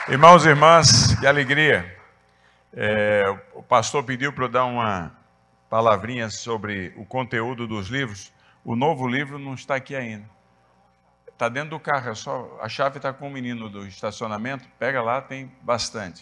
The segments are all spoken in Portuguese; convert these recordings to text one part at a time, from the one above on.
Irmãos e irmãs, que alegria. O pastor pediu para eu dar uma palavrinha sobre o conteúdo dos livros. O novo livro não está aqui ainda. Está dentro do carro, a chave está com o menino do estacionamento, pega lá, tem bastante.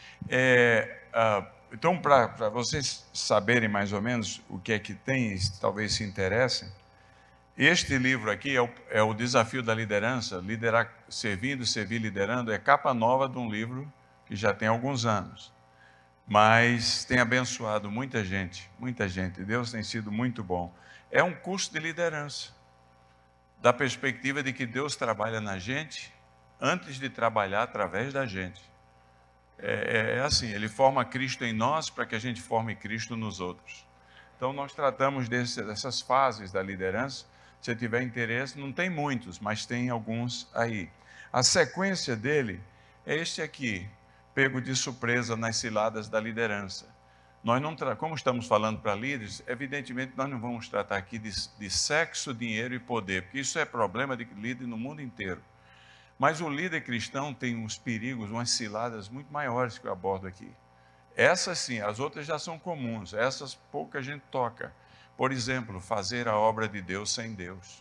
Então, para vocês saberem mais ou menos o que é que tem, talvez se interessem, este livro aqui é o Desafio da Liderança, Liderar Servindo, Servir Liderando, é capa nova de um livro que já tem alguns anos, mas tem abençoado muita gente, Deus tem sido muito bom. É um curso de liderança, da perspectiva de que Deus trabalha na gente, antes de trabalhar através da gente. É assim, Ele forma Cristo em nós, para que a gente forme Cristo nos outros. Então nós tratamos dessas fases da liderança. Se tiver interesse, não tem muitos, mas tem alguns aí. A sequência dele é este aqui, pego de surpresa nas ciladas da liderança. Nós não, como estamos falando para líderes, evidentemente nós não vamos tratar aqui de sexo, dinheiro e poder, porque isso é problema de líder no mundo inteiro. Mas o líder cristão tem uns perigos, umas ciladas muito maiores que eu abordo aqui. Essas sim, as outras já são comuns, essas pouca gente toca. Por exemplo, fazer a obra de Deus sem Deus.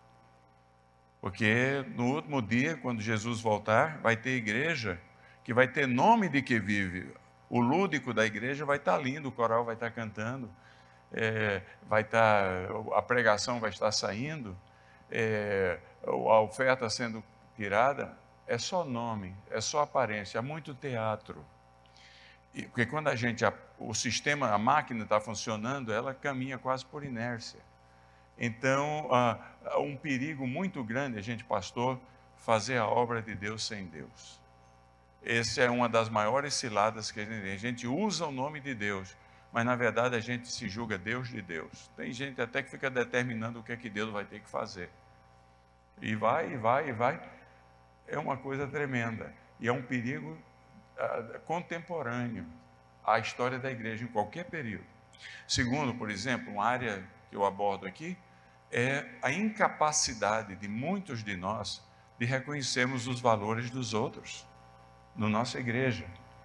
Porque no último dia, quando Jesus voltar, vai ter igreja que vai ter nome de que vive. O lúdico da igreja vai estar lindo, o coral vai estar cantando, a pregação vai estar saindo, a oferta sendo tirada. É só nome, é só aparência, há muito teatro. Porque quando o sistema, a máquina está funcionando, ela caminha quase por inércia. Então, há um perigo muito grande, a gente, pastor, fazer a obra de Deus sem Deus. Essa é uma das maiores ciladas que a gente tem. A gente usa o nome de Deus, mas na verdade a gente se julga Deus de Deus. Tem gente até que fica determinando o que é que Deus vai ter que fazer. E vai. É uma coisa tremenda. E é um perigo contemporâneo à história da igreja em qualquer período. Segundo, por exemplo, uma área que eu abordo aqui é a incapacidade de muitos de nós de reconhecermos os valores dos outros na nossa igreja.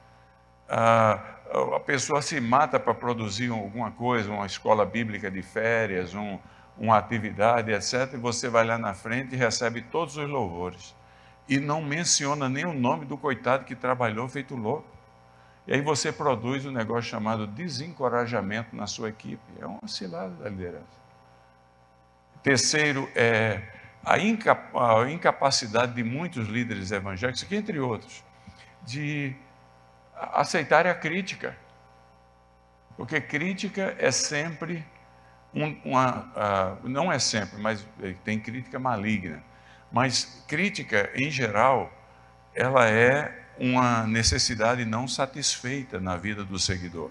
A pessoa se mata para produzir alguma coisa, uma escola bíblica de férias, uma atividade, etc. E você vai lá na frente e recebe todos os louvores. E não menciona nem o nome do coitado que trabalhou feito louco. E aí você produz um negócio chamado desencorajamento na sua equipe. É uma cilada da liderança. Terceiro, a incapacidade de muitos líderes evangélicos, aqui entre outros, de aceitarem a crítica. Porque crítica é sempre não é sempre, mas tem crítica maligna. Mas crítica, em geral, ela é uma necessidade não satisfeita na vida do seguidor.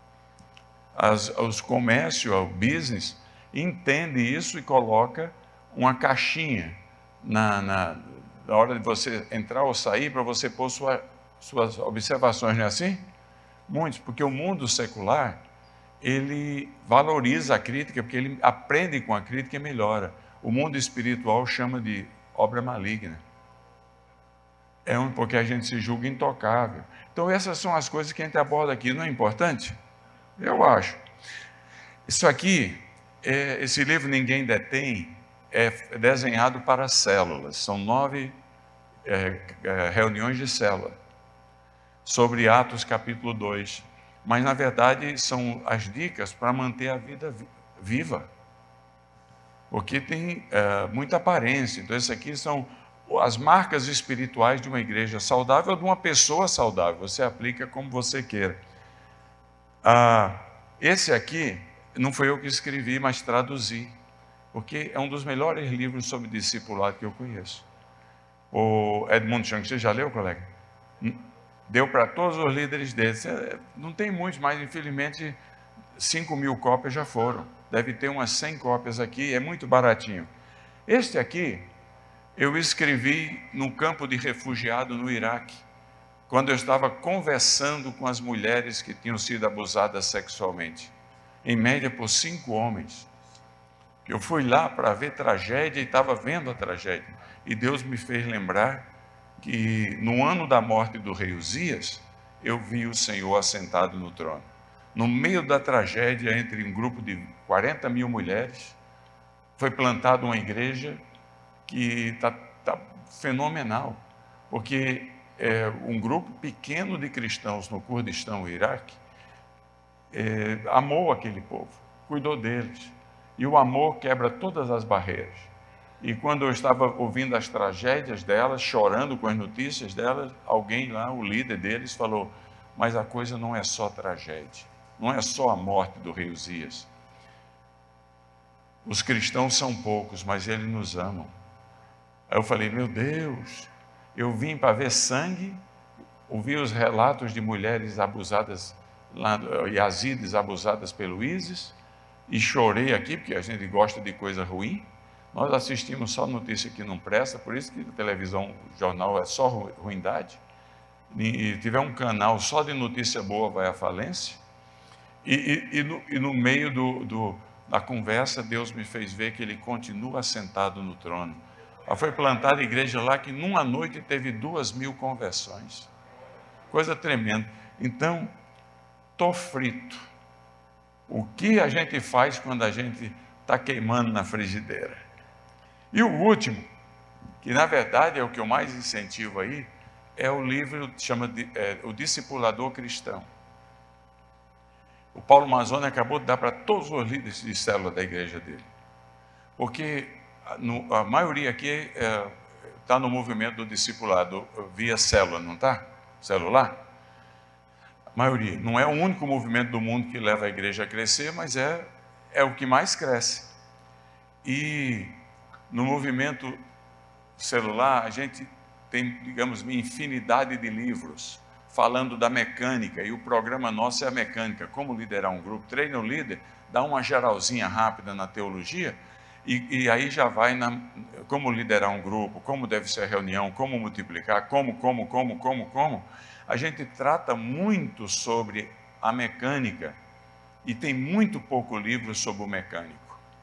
Os comércios, o business, entende isso e coloca uma caixinha na hora de você entrar ou sair, para você pôr suas observações, não é assim? Muitos, porque o mundo secular, ele valoriza a crítica, porque ele aprende com a crítica e melhora. O mundo espiritual chama de obra maligna. Porque a gente se julga intocável. Então essas são as coisas que a gente aborda aqui. Não é importante? Eu acho. Isso aqui, esse livro Ninguém Detém, é desenhado para células. São 9 reuniões de célula, sobre Atos capítulo 2. Mas na verdade são as dicas para manter a vida viva. Porque tem muita aparência. Então isso aqui são as marcas espirituais de uma igreja saudável ou de uma pessoa saudável. Você aplica como você queira. Esse aqui não foi eu que escrevi, mas traduzi, porque é um dos melhores livros sobre discipulado que eu conheço. O Edmund Chang, você já leu, colega? Deu para todos os líderes deles. Não tem muitos, mas infelizmente 5.000 cópias já foram. Deve ter umas 100 cópias aqui, é muito baratinho. Este aqui eu escrevi no campo de refugiado no Iraque, quando eu estava conversando com as mulheres que tinham sido abusadas sexualmente, em média por 5 homens. Eu fui lá para ver tragédia e estava vendo a tragédia. E Deus me fez lembrar que no ano da morte do rei Uzias, eu vi o Senhor assentado no trono. No meio da tragédia, entre um grupo de 40 mil mulheres, foi plantada uma igreja que está fenomenal, porque um grupo pequeno de cristãos no Kurdistão, Iraque, amou aquele povo, cuidou deles, e o amor quebra todas as barreiras. E quando eu estava ouvindo as tragédias delas, chorando com as notícias delas, alguém lá, o líder deles, falou: mas a coisa não é só tragédia, não é só a morte do rei Uzias. Os cristãos são poucos, mas eles nos amam. Aí eu falei: meu Deus, eu vim para ver sangue, ouvi os relatos de mulheres abusadas, yazidis abusadas pelo ISIS, e chorei aqui, porque a gente gosta de coisa ruim. Nós assistimos só notícia que não presta, por isso que a televisão, o jornal é só ruindade. E tiver um canal só de notícia boa, vai à falência. E no meio da conversa, Deus me fez ver que Ele continua sentado no trono. Foi plantada a igreja lá que numa noite teve 2.000 conversões. Coisa tremenda. Então, estou frito. O que a gente faz quando a gente está queimando na frigideira? E o último, que na verdade é o que eu mais incentivo aí, é o livro que chama O Discipulador Cristão. O Paulo Mazzoni acabou de dar para todos os líderes de célula da igreja dele. Porque a maioria aqui está no movimento do discipulado via célula, não está? Celular? A maioria. Não é o único movimento do mundo que leva a igreja a crescer, mas é o que mais cresce. E no movimento celular, a gente tem, digamos, infinidade de livros falando da mecânica, e o programa nosso é a mecânica, como liderar um grupo. Treina o líder, dá uma geralzinha rápida na teologia, e aí já vai como liderar um grupo, como deve ser a reunião, como multiplicar, como. A gente trata muito sobre a mecânica, e tem muito pouco livro sobre o mecânico.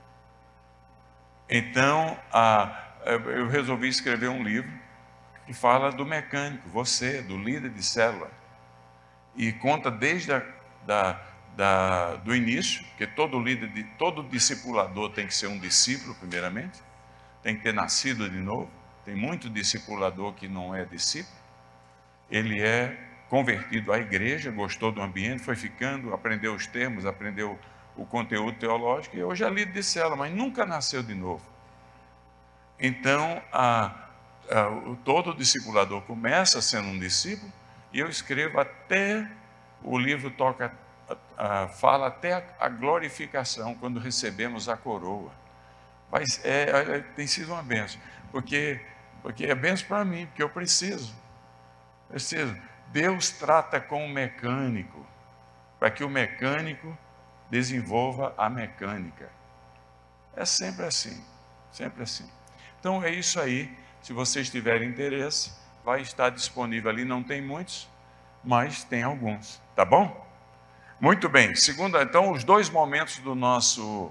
Então, eu resolvi escrever um livro que fala do mecânico, você, do líder de célula, e conta desde do início, que todo discipulador tem que ser um discípulo, primeiramente, tem que ter nascido de novo. Tem muito discipulador que não é discípulo, ele é convertido à igreja, gostou do ambiente, foi ficando, aprendeu os termos, aprendeu o conteúdo teológico, e hoje é líder de célula, mas nunca nasceu de novo. Então, todo discipulador começa sendo um discípulo, e eu escrevo até o livro fala até a glorificação, quando recebemos a coroa. Mas tem sido uma bênção, porque é bênção para mim, porque eu preciso. Deus trata com o mecânico, para que o mecânico desenvolva a mecânica. É sempre assim, sempre assim. Então é isso aí. Se vocês tiverem interesse, vai estar disponível ali. Não tem muitos, mas tem alguns, tá bom? Muito bem. Então, os dois momentos do nosso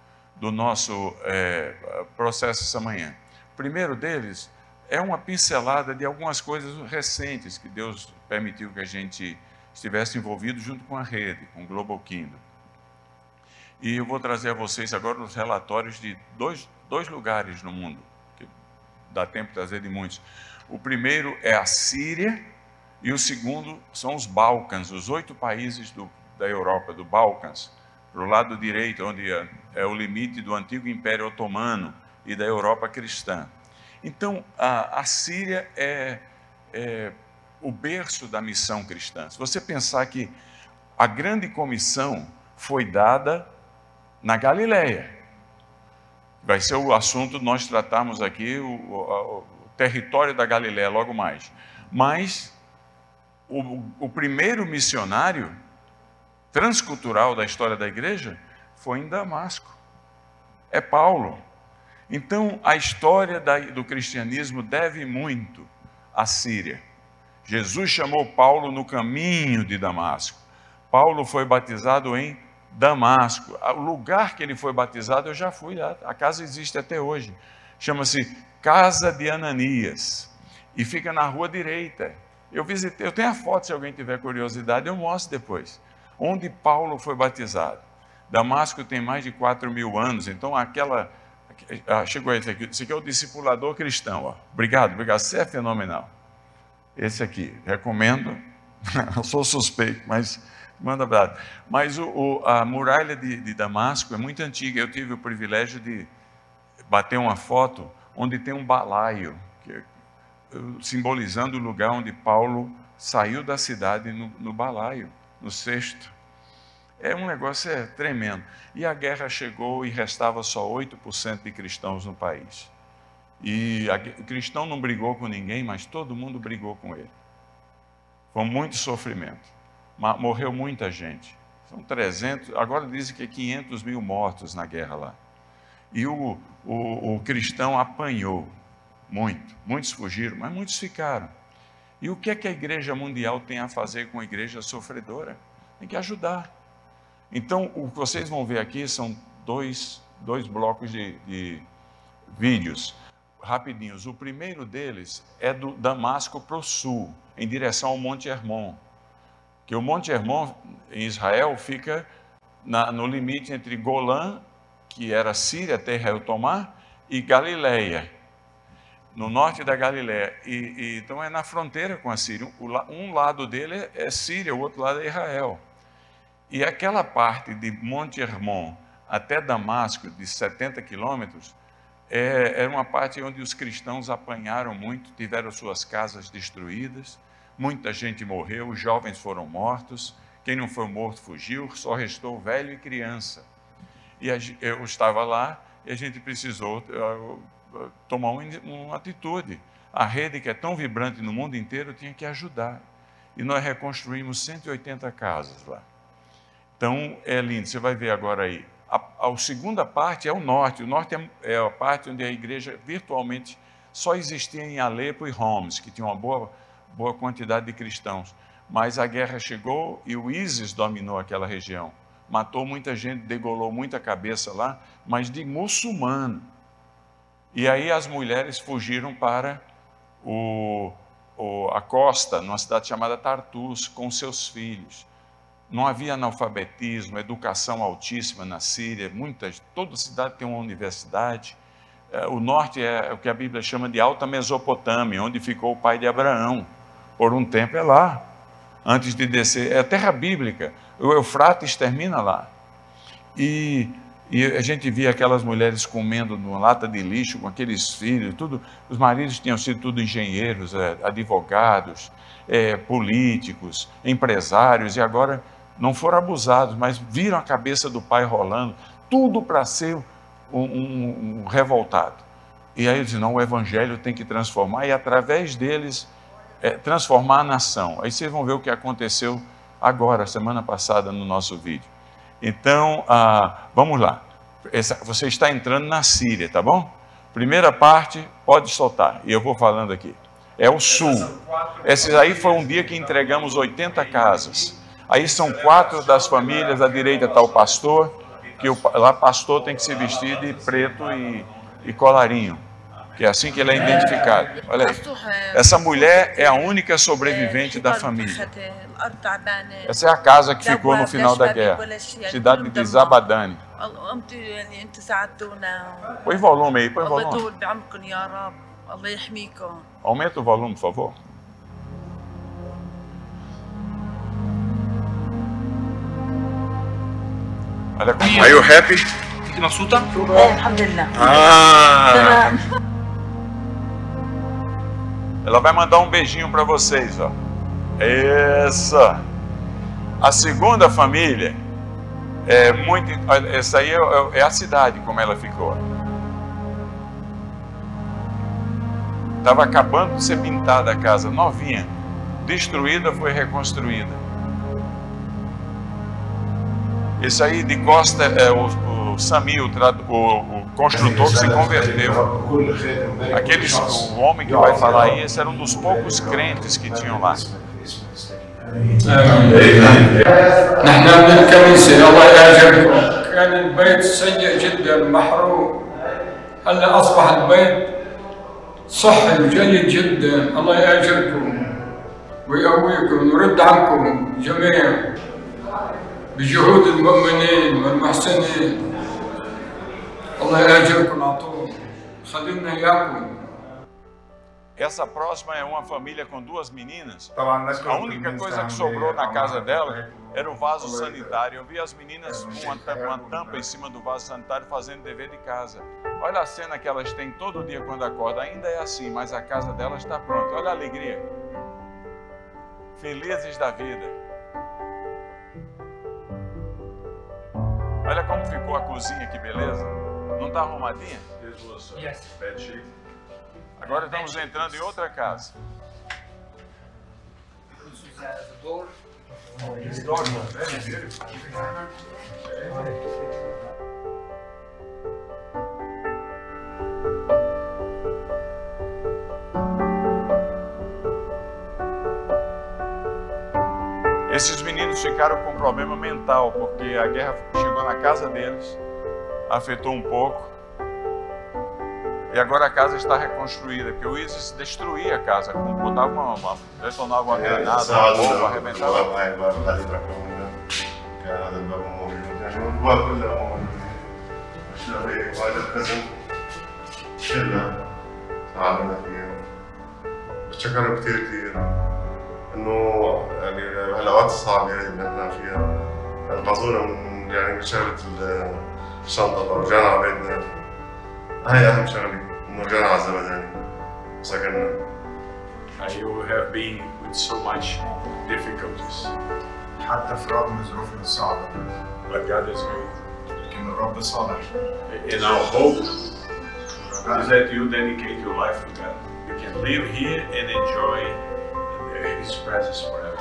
processo essa manhã. O primeiro deles é uma pincelada de algumas coisas recentes que Deus permitiu que a gente estivesse envolvido junto com a rede, com o Global Kingdom. E eu vou trazer a vocês agora os relatórios de dois lugares no mundo, que dá tempo de trazer de muitos. O primeiro é a Síria, e o segundo são os Balcãs, os 8 países da Europa, do Balcãs, para o lado direito, onde é o limite do antigo Império Otomano e da Europa cristã. Então, a Síria é o berço da missão cristã. Se você pensar que a grande comissão foi dada na Galileia, vai ser o assunto que nós tratamos aqui, o território da Galileia logo mais. Mas o primeiro missionário transcultural da história da igreja foi em Damasco. É Paulo. Então, a história do cristianismo deve muito à Síria. Jesus chamou Paulo no caminho de Damasco. Paulo foi batizado em Damasco. O lugar que ele foi batizado, eu já fui lá. A casa existe até hoje. Chama-se Casa de Ananias. e fica na rua direita. Eu visitei, eu tenho a foto, se alguém tiver curiosidade, eu mostro depois. Onde Paulo foi batizado. Damasco tem mais de 4.000 anos, então chegou esse aqui é o discipulador cristão. Ó. Obrigado, você é fenomenal. Esse aqui, recomendo. Eu sou suspeito, mas manda abraço. Mas a muralha de Damasco é muito antiga. Eu tive o privilégio de bater uma foto onde tem um balaio, simbolizando o lugar onde Paulo saiu da cidade no balaio, no cesto. Um negócio tremendo. E a guerra chegou e restava só 8% de cristãos no país. E o cristão não brigou com ninguém, mas todo mundo brigou com ele. Foi muito sofrimento. Morreu muita gente. São 300, agora dizem que 500.000 mortos na guerra lá. E o cristão apanhou muito. Muitos fugiram, mas muitos ficaram. E o que é que a igreja mundial tem a fazer com a igreja sofredora? Tem que ajudar. Então, o que vocês vão ver aqui são dois blocos de vídeos rapidinhos. O primeiro deles é do Damasco para o sul, em direção ao Monte Hermon. Que o Monte Hermon, em Israel, fica no limite entre Golã, que era Síria até Israel tomar, e Galileia, no norte da Galileia. Então é na fronteira com a Síria. Um lado dele é Síria, o outro lado é Israel. E aquela parte de Monte Hermon até Damasco, de 70 quilômetros, era uma parte onde os cristãos apanharam muito, tiveram suas casas destruídas, muita gente morreu, os jovens foram mortos, quem não foi morto fugiu, só restou velho e criança. E eu estava lá e a gente precisou tomar uma atitude. A rede, que é tão vibrante no mundo inteiro, tinha que ajudar. E nós reconstruímos 180 casas lá. Então, é lindo, você vai ver agora aí. A segunda parte é o norte. O norte é a parte onde a igreja virtualmente só existia em Alepo e Homs, que tinha uma boa quantidade de cristãos. Mas a guerra chegou e o ISIS dominou aquela região. Matou muita gente, degolou muita cabeça lá, mas de muçulmano. E aí as mulheres fugiram para a costa, numa cidade chamada Tartus, com seus filhos. Não havia analfabetismo, educação altíssima na Síria, toda cidade tem uma universidade. O norte é o que a Bíblia chama de Alta Mesopotâmia, onde ficou o pai de Abraão. Por um tempo é lá, antes de descer, é a terra bíblica, o Eufrates termina lá. E a gente via aquelas mulheres comendo numa lata de lixo, com aqueles filhos, tudo. Os maridos tinham sido tudo engenheiros, advogados, políticos, empresários, e agora não foram abusados, mas viram a cabeça do pai rolando, tudo para ser um revoltado. E aí eles dizem, não, o evangelho tem que transformar, e através deles, transformar a nação. Aí vocês vão ver o que aconteceu agora, semana passada, no nosso vídeo. Então, vamos lá. Você está entrando na Síria, tá bom? Primeira parte, pode soltar, e eu vou falando aqui. É o sul. Esse aí foi um dia que entregamos 80 casas. Aí são 4 das famílias, à direita está o pastor, que lá pastor tem que se vestir de preto e colarinho, que é assim que ele é identificado. Olha aí. Essa mulher é a única sobrevivente da família. Essa é a casa que ficou no final da guerra, cidade de Zabadani. Põe volume aí, põe volume. Aumenta o volume, por favor. Are you happy? انت مبسوطه؟ الحمد لله. Ela vai mandar um beijinho para vocês, ó. Isso. A segunda família é muito. Essa aí é a cidade como ela ficou. Estava acabando de ser pintada a casa, novinha, destruída, foi reconstruída. Esse aí de costa é o Sami, o construtor que se converteu. O homem que vai falar aí, esse era um dos poucos crentes que tinham lá. نحن من الكنيسة الله يعجبكم كان البيت سيء جدا محروق هلا أصبح البيت صحي جيد جدا. الله يأجركم ويقويكم ويرد عنكم جميعا بجهود المؤمنين والمحسنين. الله يأجركم عطوه خلينا إياكم. Essa próxima é uma família com duas meninas. A única coisa que sobrou na casa dela era o vaso sanitário. Eu vi as meninas com uma tampa em cima do vaso sanitário fazendo dever de casa. Olha a cena que elas têm todo dia quando acordam. Ainda é assim, mas a casa delas está pronta. Olha a alegria. Felizes da vida. Olha como ficou a cozinha, que beleza. Não está arrumadinha? Agora estamos entrando em outra casa. Esses meninos ficaram com problema mental, porque a guerra chegou na casa deles, afetou um pouco. E agora a casa está reconstruída, porque o ISIS destruía a casa, botava detonava uma granada, uma bomba, arrebentava. بتشكروا كثير كثير انه يعني الهالأوقات الصعبة اللي احنا فيها انقذونا من يعني شغلة الشنطة ورجعنا على بيتنا. هاي أهم شغلة إنه رجعنا على الزبداني وسكننا. You have been with so much difficulties. حتى في رغم ظروفنا الصعبة. But God is good. لكن الرب صالح. And our hope is that you dedicate your life to God. You can live here and enjoy His presence forever.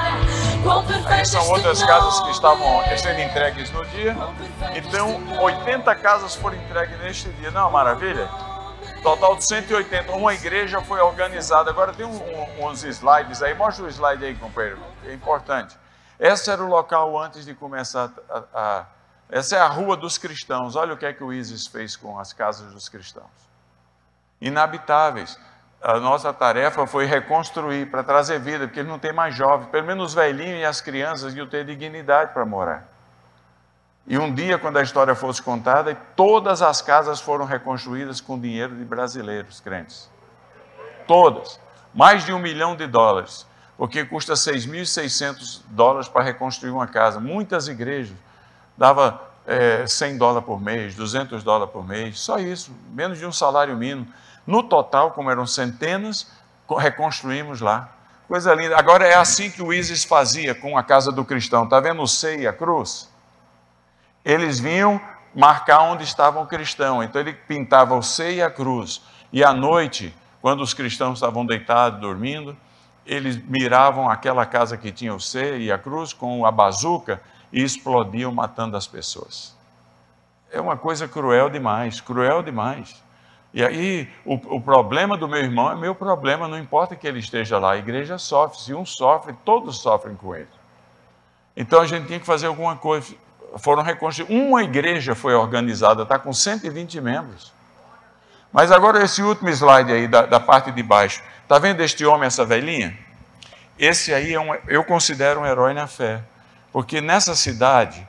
Aí são outras casas que estavam sendo entregues no dia. Então, 80 casas foram entregues neste dia. Não é uma maravilha? Total de 180. Uma igreja foi organizada. Agora tem uns slides aí. Mostra o slide aí, companheiro. É importante. Esse era o local antes de começar Essa é a rua dos cristãos. Olha o que é que o ISIS fez com as casas dos cristãos. Inabitáveis. A nossa tarefa foi reconstruir, para trazer vida, porque não tem mais jovens. Pelo menos os velhinhos e as crianças iam ter dignidade para morar. E um dia, quando a história fosse contada, todas as casas foram reconstruídas com dinheiro de brasileiros crentes. Todas. Mais de $1 milhão. Porque custa $6.600 para reconstruir uma casa. Muitas igrejas dava $100 por mês, $200 por mês, só isso, menos de um salário mínimo. No total, como eram centenas, reconstruímos lá. Coisa linda. Agora é assim que o ISIS fazia com a casa do cristão. Está vendo o C e a cruz? Eles vinham marcar onde estava o cristão. Então ele pintava o C e a cruz. E à noite, quando os cristãos estavam deitados, dormindo, eles miravam aquela casa que tinha o C e a cruz com a bazuca e explodiam matando as pessoas. É uma coisa cruel demais, cruel demais. E aí, o problema do meu irmão é meu problema, não importa que ele esteja lá, a igreja sofre, se um sofre, todos sofrem com ele. Então a gente tinha que fazer alguma coisa, foram reconstruídos, uma igreja foi organizada, está com 120 membros. Mas agora esse último slide aí, da parte de baixo, está vendo este homem, essa velhinha? Esse aí eu considero um herói na fé, porque nessa cidade,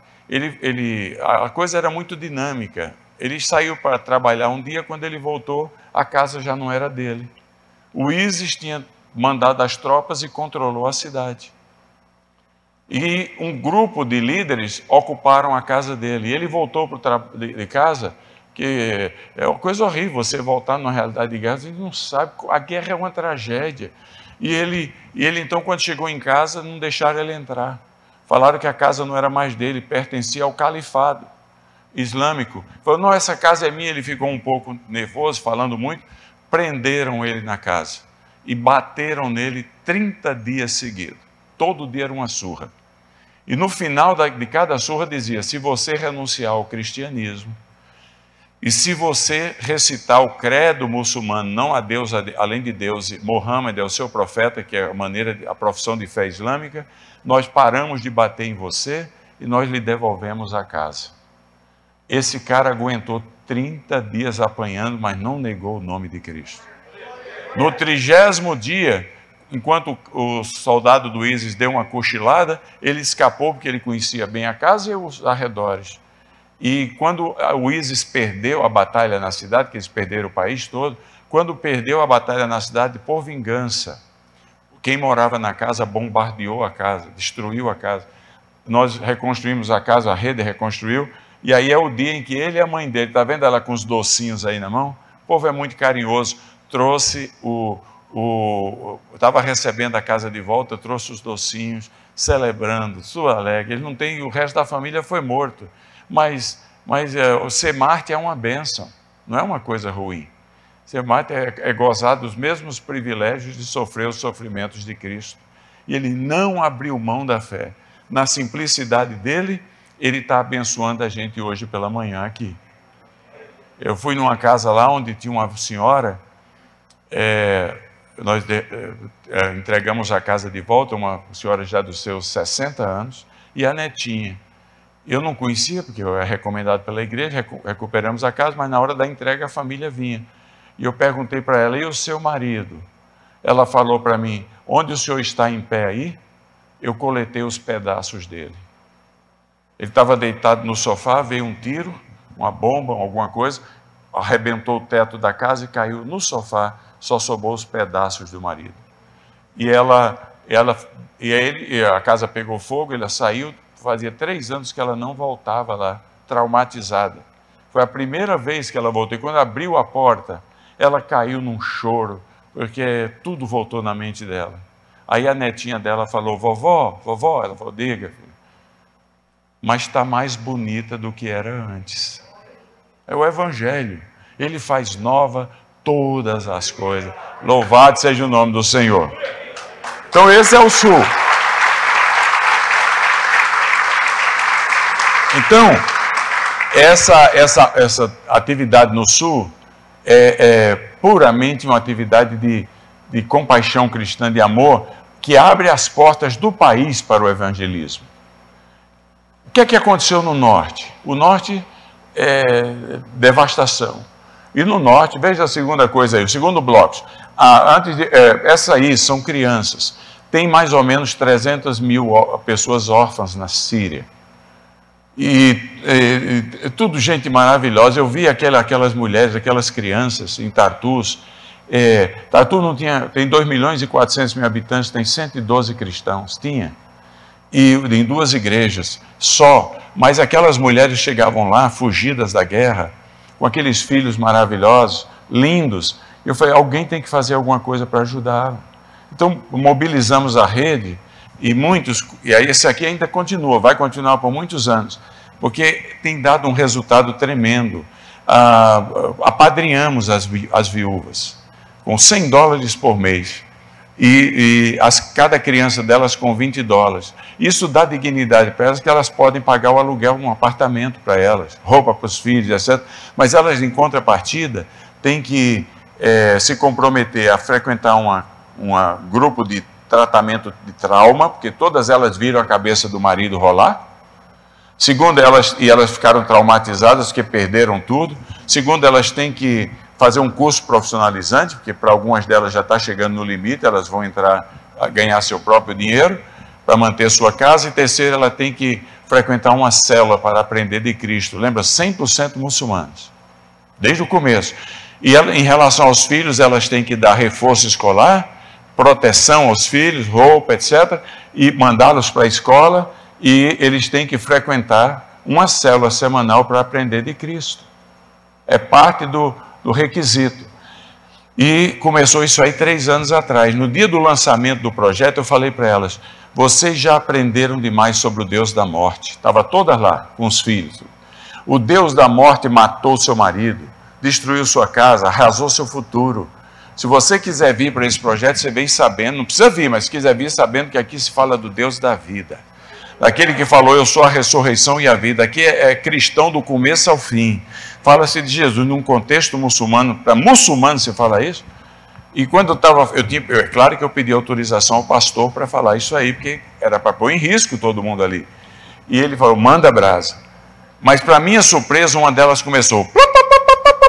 a coisa era muito dinâmica. Ele saiu para trabalhar um dia, quando ele voltou, a casa já não era dele. O ISIS tinha mandado as tropas e controlou a cidade. E um grupo de líderes ocuparam a casa dele. E ele voltou de casa, que é uma coisa horrível você voltar numa realidade de guerra, você não sabe, a guerra é uma tragédia. E ele então, quando chegou em casa, não deixaram ele entrar. Falaram que a casa não era mais dele, pertencia ao califado islâmico. Falou, não, essa casa é minha. Ele ficou um pouco nervoso, falando muito. Prenderam ele na casa e bateram nele 30 dias seguidos. Todo dia era uma surra. E no final de cada surra dizia, se você renunciar ao cristianismo e se você recitar o credo muçulmano, não a Deus além de Deus, e Mohammed é o seu profeta, que é a profissão de fé islâmica, nós paramos de bater em você e nós lhe devolvemos a casa. Esse cara aguentou 30 dias apanhando, mas não negou o nome de Cristo. No 30º dia, enquanto o soldado do ISIS deu uma cochilada, ele escapou porque ele conhecia bem a casa e os arredores. E quando o ISIS perdeu a batalha na cidade, que eles perderam o país todo, quando perdeu a batalha na cidade por vingança, quem morava na casa bombardeou a casa, destruiu a casa. Nós reconstruímos a casa, a rede reconstruiu, e aí é o dia em que ele e a mãe dele, está vendo ela com os docinhos aí na mão? O povo é muito carinhoso, trouxe estava recebendo a casa de volta, trouxe os docinhos, celebrando, sua alegre. Ele não tem, o resto da família foi morto. Mas ser mártir é uma bênção, não é uma coisa ruim. Ser mártir é gozar dos mesmos privilégios de sofrer os sofrimentos de Cristo. E ele não abriu mão da fé. Na simplicidade dele, ele está abençoando a gente hoje pela manhã aqui. Eu fui numa casa lá onde tinha uma senhora, nós entregamos a casa de volta, uma senhora já dos seus 60 anos, e a netinha. Eu não conhecia, porque eu era recomendado pela igreja, recuperamos a casa, mas na hora da entrega a família vinha. E eu perguntei para ela, e o seu marido? Ela falou para mim, onde o senhor está em pé aí? Eu coletei os pedaços dele. Ele estava deitado no sofá, veio um tiro, uma bomba, alguma coisa, arrebentou o teto da casa e caiu no sofá, só sobrou os pedaços do marido. E a casa pegou fogo, ela saiu, fazia 3 anos que ela não voltava lá, traumatizada. Foi a primeira vez que ela voltou, e quando abriu a porta, ela caiu num choro, porque tudo voltou na mente dela. Aí a netinha dela falou, vovó, ela falou, diga, filho, mas está mais bonita do que era antes. É o Evangelho, ele faz nova todas as coisas. Louvado seja o nome do Senhor. Então esse é o sul. Então, essa atividade no sul é puramente uma atividade de compaixão cristã, de amor, que abre as portas do país para o evangelismo. O que é que aconteceu no norte? O norte é devastação. E no norte, veja a segunda coisa aí, o segundo bloco. Essa aí são crianças. Tem mais ou menos 300 mil pessoas órfãs na Síria. E tudo gente maravilhosa. Eu vi aquelas mulheres, aquelas crianças em Tartus. Tartus não tem 2.400.000 habitantes, tem 112 cristãos, e em 2 igrejas só, mas aquelas mulheres chegavam lá, fugidas da guerra, com aqueles filhos maravilhosos, lindos. Eu falei, alguém tem que fazer alguma coisa para ajudar. Então mobilizamos a rede, e aí esse aqui ainda continua, vai continuar por muitos anos, porque tem dado um resultado tremendo. Apadrinhamos as viúvas com $100 por mês, e cada criança delas com $20. Isso dá dignidade para elas, que elas podem pagar o aluguel de um apartamento para elas, roupa para os filhos, etc. Mas elas, em contrapartida, têm que se comprometer a frequentar um grupo de tratamento de trauma, porque todas elas viram a cabeça do marido rolar. Segundo, elas ficaram traumatizadas porque perderam tudo. Segundo, elas têm que fazer um curso profissionalizante, porque para algumas delas já está chegando no limite, elas vão entrar a ganhar seu próprio dinheiro para manter sua casa. E terceiro, ela tem que frequentar uma célula para aprender de Cristo. Lembra, 100% muçulmanos, desde o começo. E em relação aos filhos, elas têm que dar reforço escolar, proteção aos filhos, roupa, etc., e mandá-los para a escola, e eles têm que frequentar uma célula semanal para aprender de Cristo. É parte do requisito. E começou isso aí 3 anos atrás. No dia do lançamento do projeto, eu falei para elas, vocês já aprenderam demais sobre o Deus da morte. Estava todas lá, com os filhos. O Deus da morte matou seu marido, destruiu sua casa, arrasou seu futuro. Se você quiser vir para esse projeto, você vem sabendo, não precisa vir, mas se quiser vir sabendo que aqui se fala do Deus da vida. Daquele que falou, eu sou a ressurreição e a vida. Aqui é cristão do começo ao fim. Fala-se de Jesus num contexto muçulmano. Para muçulmano se fala isso? E quando eu estava, é claro que eu pedi autorização ao pastor para falar isso aí, porque era para pôr em risco todo mundo ali. E ele falou, manda brasa. Mas para minha surpresa, uma delas começou,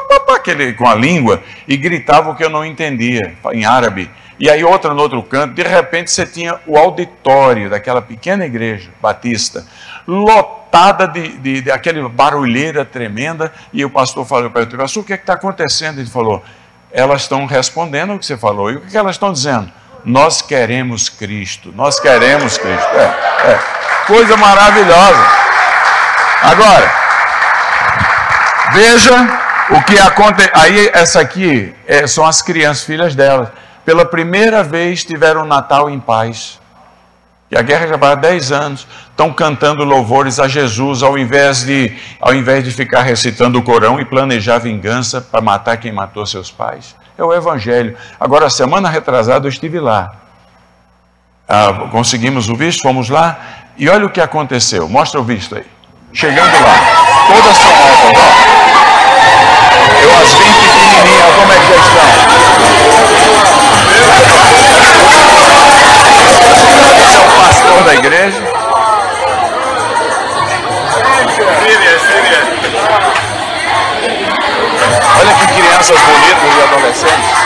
com a língua e gritava o que eu não entendia, em árabe. E aí outra no outro canto, de repente você tinha o auditório daquela pequena igreja batista, lotada de aquela barulheira tremenda, e o pastor falou para ele, pastor, o que é que está acontecendo? Ele falou, elas estão respondendo ao que você falou. E o que elas estão dizendo? Nós queremos Cristo, nós queremos Cristo. Coisa maravilhosa. Agora, veja o que acontece. Aí essa aqui são as crianças, filhas delas. Pela primeira vez tiveram um Natal em paz. E a guerra já vai há 10 anos. Estão cantando louvores a Jesus, ao invés de ficar recitando o Corão e planejar vingança para matar quem matou seus pais. É o Evangelho. Agora, semana retrasada eu estive lá. Conseguimos o visto, fomos lá. E olha o que aconteceu. Mostra o visto aí. Chegando lá. Todas são altas, ó. Eu as vi pequenininhas, como é que já estão? Esse é o pastor da igreja. Olha que crianças bonitas e adolescentes.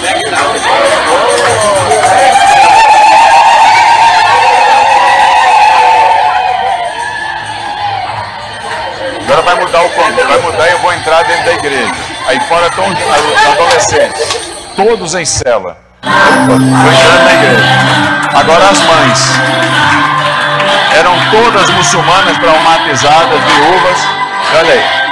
Agora vai mudar o ponto, vai mudar e eu vou entrar dentro da igreja. Aí fora estão os adolescentes, todos em cela. Estou entrando na igreja. Agora as mães. Eram todas muçulmanas traumatizadas, viúvas. Olha aí.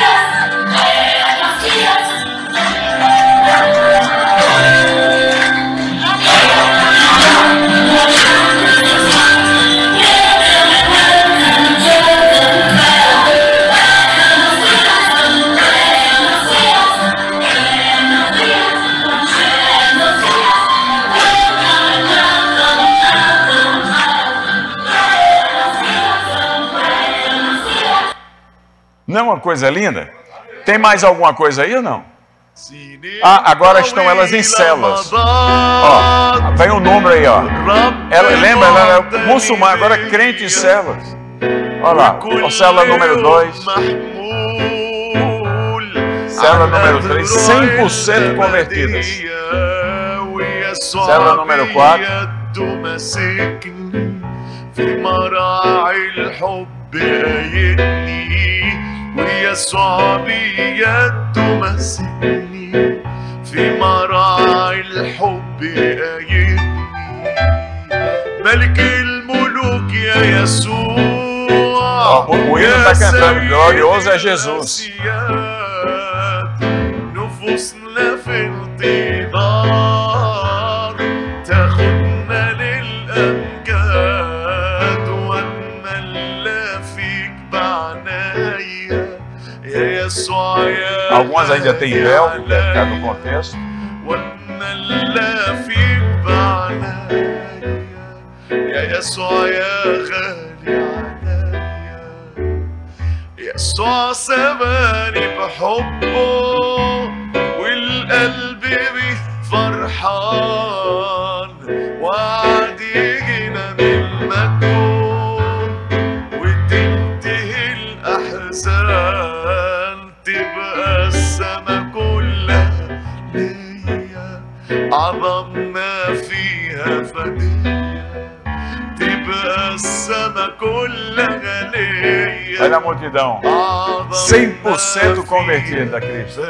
Não é uma coisa linda? Tem mais alguma coisa aí ou não? Agora estão elas em celas. Ó, vem o número aí, ó. Lembra, ela é muçulmana, agora é crente em celas. Olha lá, ó, cela número 2. Cela número 3, 100% convertidas. Cela número 4. ويسوع بيده مسكني في مراعي الحب آيتني ملك الملوك يا يسوع يا سيد نفوسنا في انتظار تاخدنا للأمجاد واتملى فيك بعناية. Algumas ainda têm véu, porque é ficar no contexto. يسوع سباني بحبه والقلب بيه فرحان وعد يجينا من مجده وتنتهي الأحزان تبقى السما كلها ليا عظمنا فيها فدية تبقى السما كلها ليا. Olha a multidão, 100% convertida a Cristo.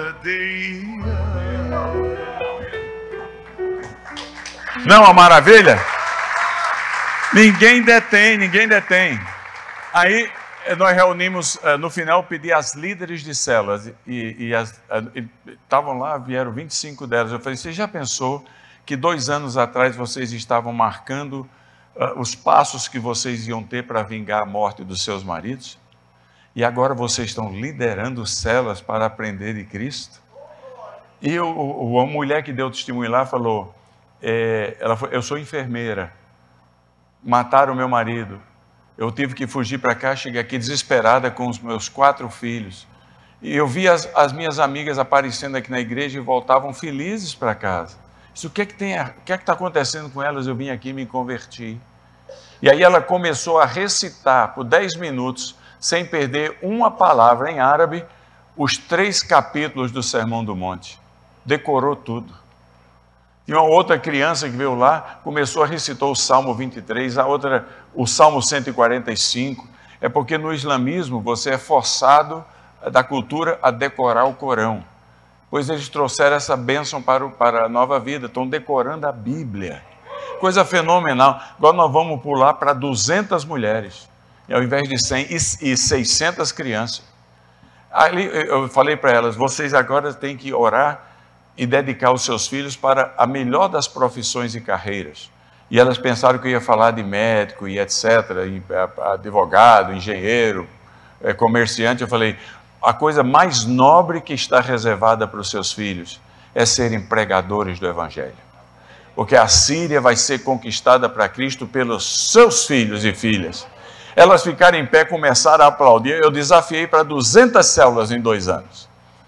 Não, a maravilha? Ninguém detém. Aí nós reunimos, no final, pedi às líderes de celas, e estavam lá, vieram 25 delas. Eu falei, você já pensou que 2 anos atrás vocês estavam marcando os passos que vocês iam ter para vingar a morte dos seus maridos? E agora vocês estão liderando celas para aprender de Cristo? E a mulher que deu testemunho lá falou, eu sou enfermeira, mataram o meu marido, eu tive que fugir para cá, cheguei aqui desesperada com os meus 4 filhos, e eu vi as minhas amigas aparecendo aqui na igreja e voltavam felizes para casa. O que é que está acontecendo com elas? Eu vim aqui e me converti. E aí ela começou a recitar por 10 minutos, sem perder uma palavra em árabe, os 3 capítulos do Sermão do Monte. Decorou tudo. E uma outra criança que veio lá, começou a recitar o Salmo 23, a outra o Salmo 145. É porque no islamismo você é forçado da cultura a decorar o Corão. Pois eles trouxeram essa bênção para a nova vida, estão decorando a Bíblia. Coisa fenomenal. Agora nós vamos pular para 200 mulheres, ao invés de 100 e 600 crianças. Ali eu falei para elas, vocês agora têm que orar e dedicar os seus filhos para a melhor das profissões e carreiras. E elas pensaram que eu ia falar de médico e etc., advogado, engenheiro, comerciante. Eu falei, a coisa mais nobre que está reservada para os seus filhos é serem pregadores do Evangelho. Porque a Síria vai ser conquistada para Cristo pelos seus filhos e filhas. Elas ficaram em pé, começaram a aplaudir. Eu desafiei para 200 células em 2 anos.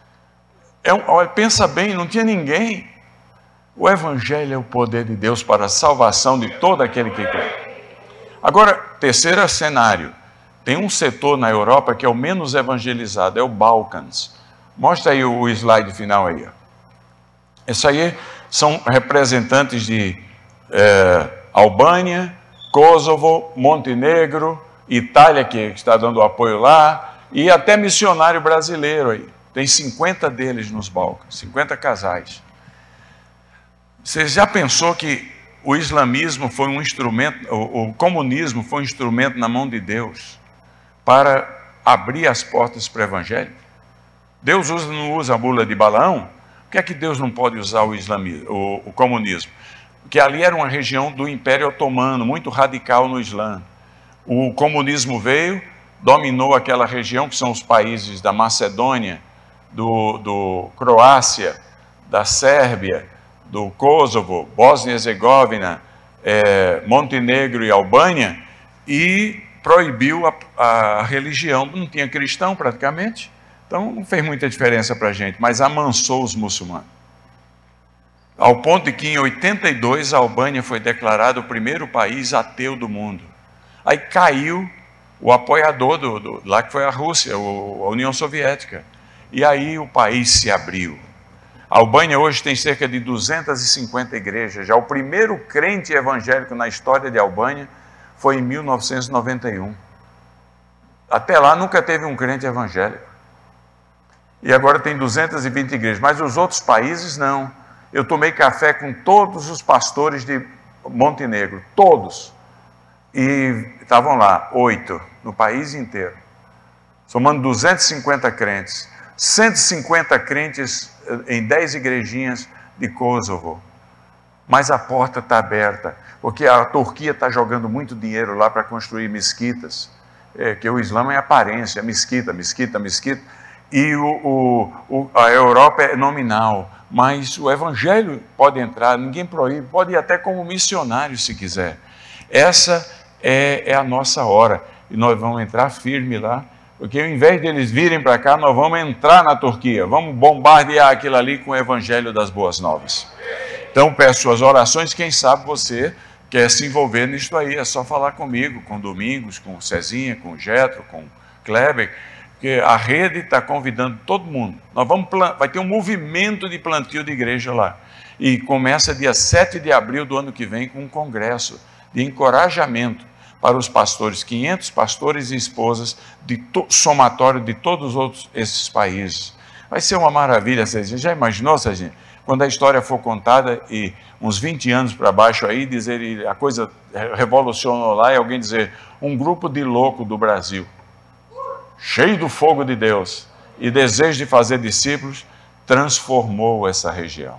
Olha, pensa bem, não tinha ninguém. O Evangelho é o poder de Deus para a salvação de todo aquele que crê. Agora, terceiro cenário. Tem um setor na Europa que é o menos evangelizado, é o Balcãs. Mostra aí o slide final aí. Esse aí são representantes de Albânia, Kosovo, Montenegro, Itália, que está dando apoio lá, e até missionário brasileiro aí. Tem 50 deles nos Balcãs, 50 casais. Você já pensou que o islamismo foi um instrumento, o comunismo foi um instrumento na mão de Deus para abrir as portas para o Evangelho? Deus não usa a bula de Balaão? Por que é que Deus não pode usar o comunismo? Porque ali era uma região do Império Otomano, muito radical no Islã. O comunismo veio, dominou aquela região, que são os países da Macedônia, do Croácia, da Sérvia, do Kosovo, Bósnia e Herzegovina, Montenegro e Albânia, e proibiu a religião. Não tinha cristão praticamente, então não fez muita diferença para a gente, mas amansou os muçulmanos. Ao ponto de que em 82 a Albânia foi declarada o primeiro país ateu do mundo. Aí caiu o apoiador lá, que foi a Rússia, a União Soviética. E aí o país se abriu. A Albânia hoje tem cerca de 250 igrejas. Já o primeiro crente evangélico na história de Albânia foi em 1991. Até lá nunca teve um crente evangélico. E agora tem 220 igrejas. Mas os outros países não. Eu tomei café com todos os pastores de Montenegro. Todos. E estavam lá, 8, no país inteiro. Somando 250 crentes. 150 crentes em 10 igrejinhas de Kosovo. Mas a porta está aberta, porque a Turquia está jogando muito dinheiro lá para construir mesquitas, que o Islã é aparência, mesquita. E a Europa é nominal, mas o Evangelho pode entrar, ninguém proíbe, pode ir até como missionário se quiser. Essa é a nossa hora, e nós vamos entrar firme lá, porque ao invés deles virem para cá, nós vamos entrar na Turquia, vamos bombardear aquilo ali com o Evangelho das Boas Novas. Então peço suas orações, quem sabe você quer se envolver nisso aí, é só falar comigo, com Domingos, com Cezinha, com Jetro, com Kleber, porque a rede está convidando todo mundo. Vai ter um movimento de plantio de igreja lá, e começa dia 7 de abril do ano que vem com um congresso de encorajamento para os pastores, 500 pastores e esposas, somatório de todos esses países. Vai ser uma maravilha, Cezinha. Já imaginou, Cezinha? Quando a história for contada e uns 20 anos para baixo aí, dizer a coisa revolucionou lá e alguém dizer, um grupo de louco do Brasil, cheio do fogo de Deus e desejo de fazer discípulos, transformou essa região.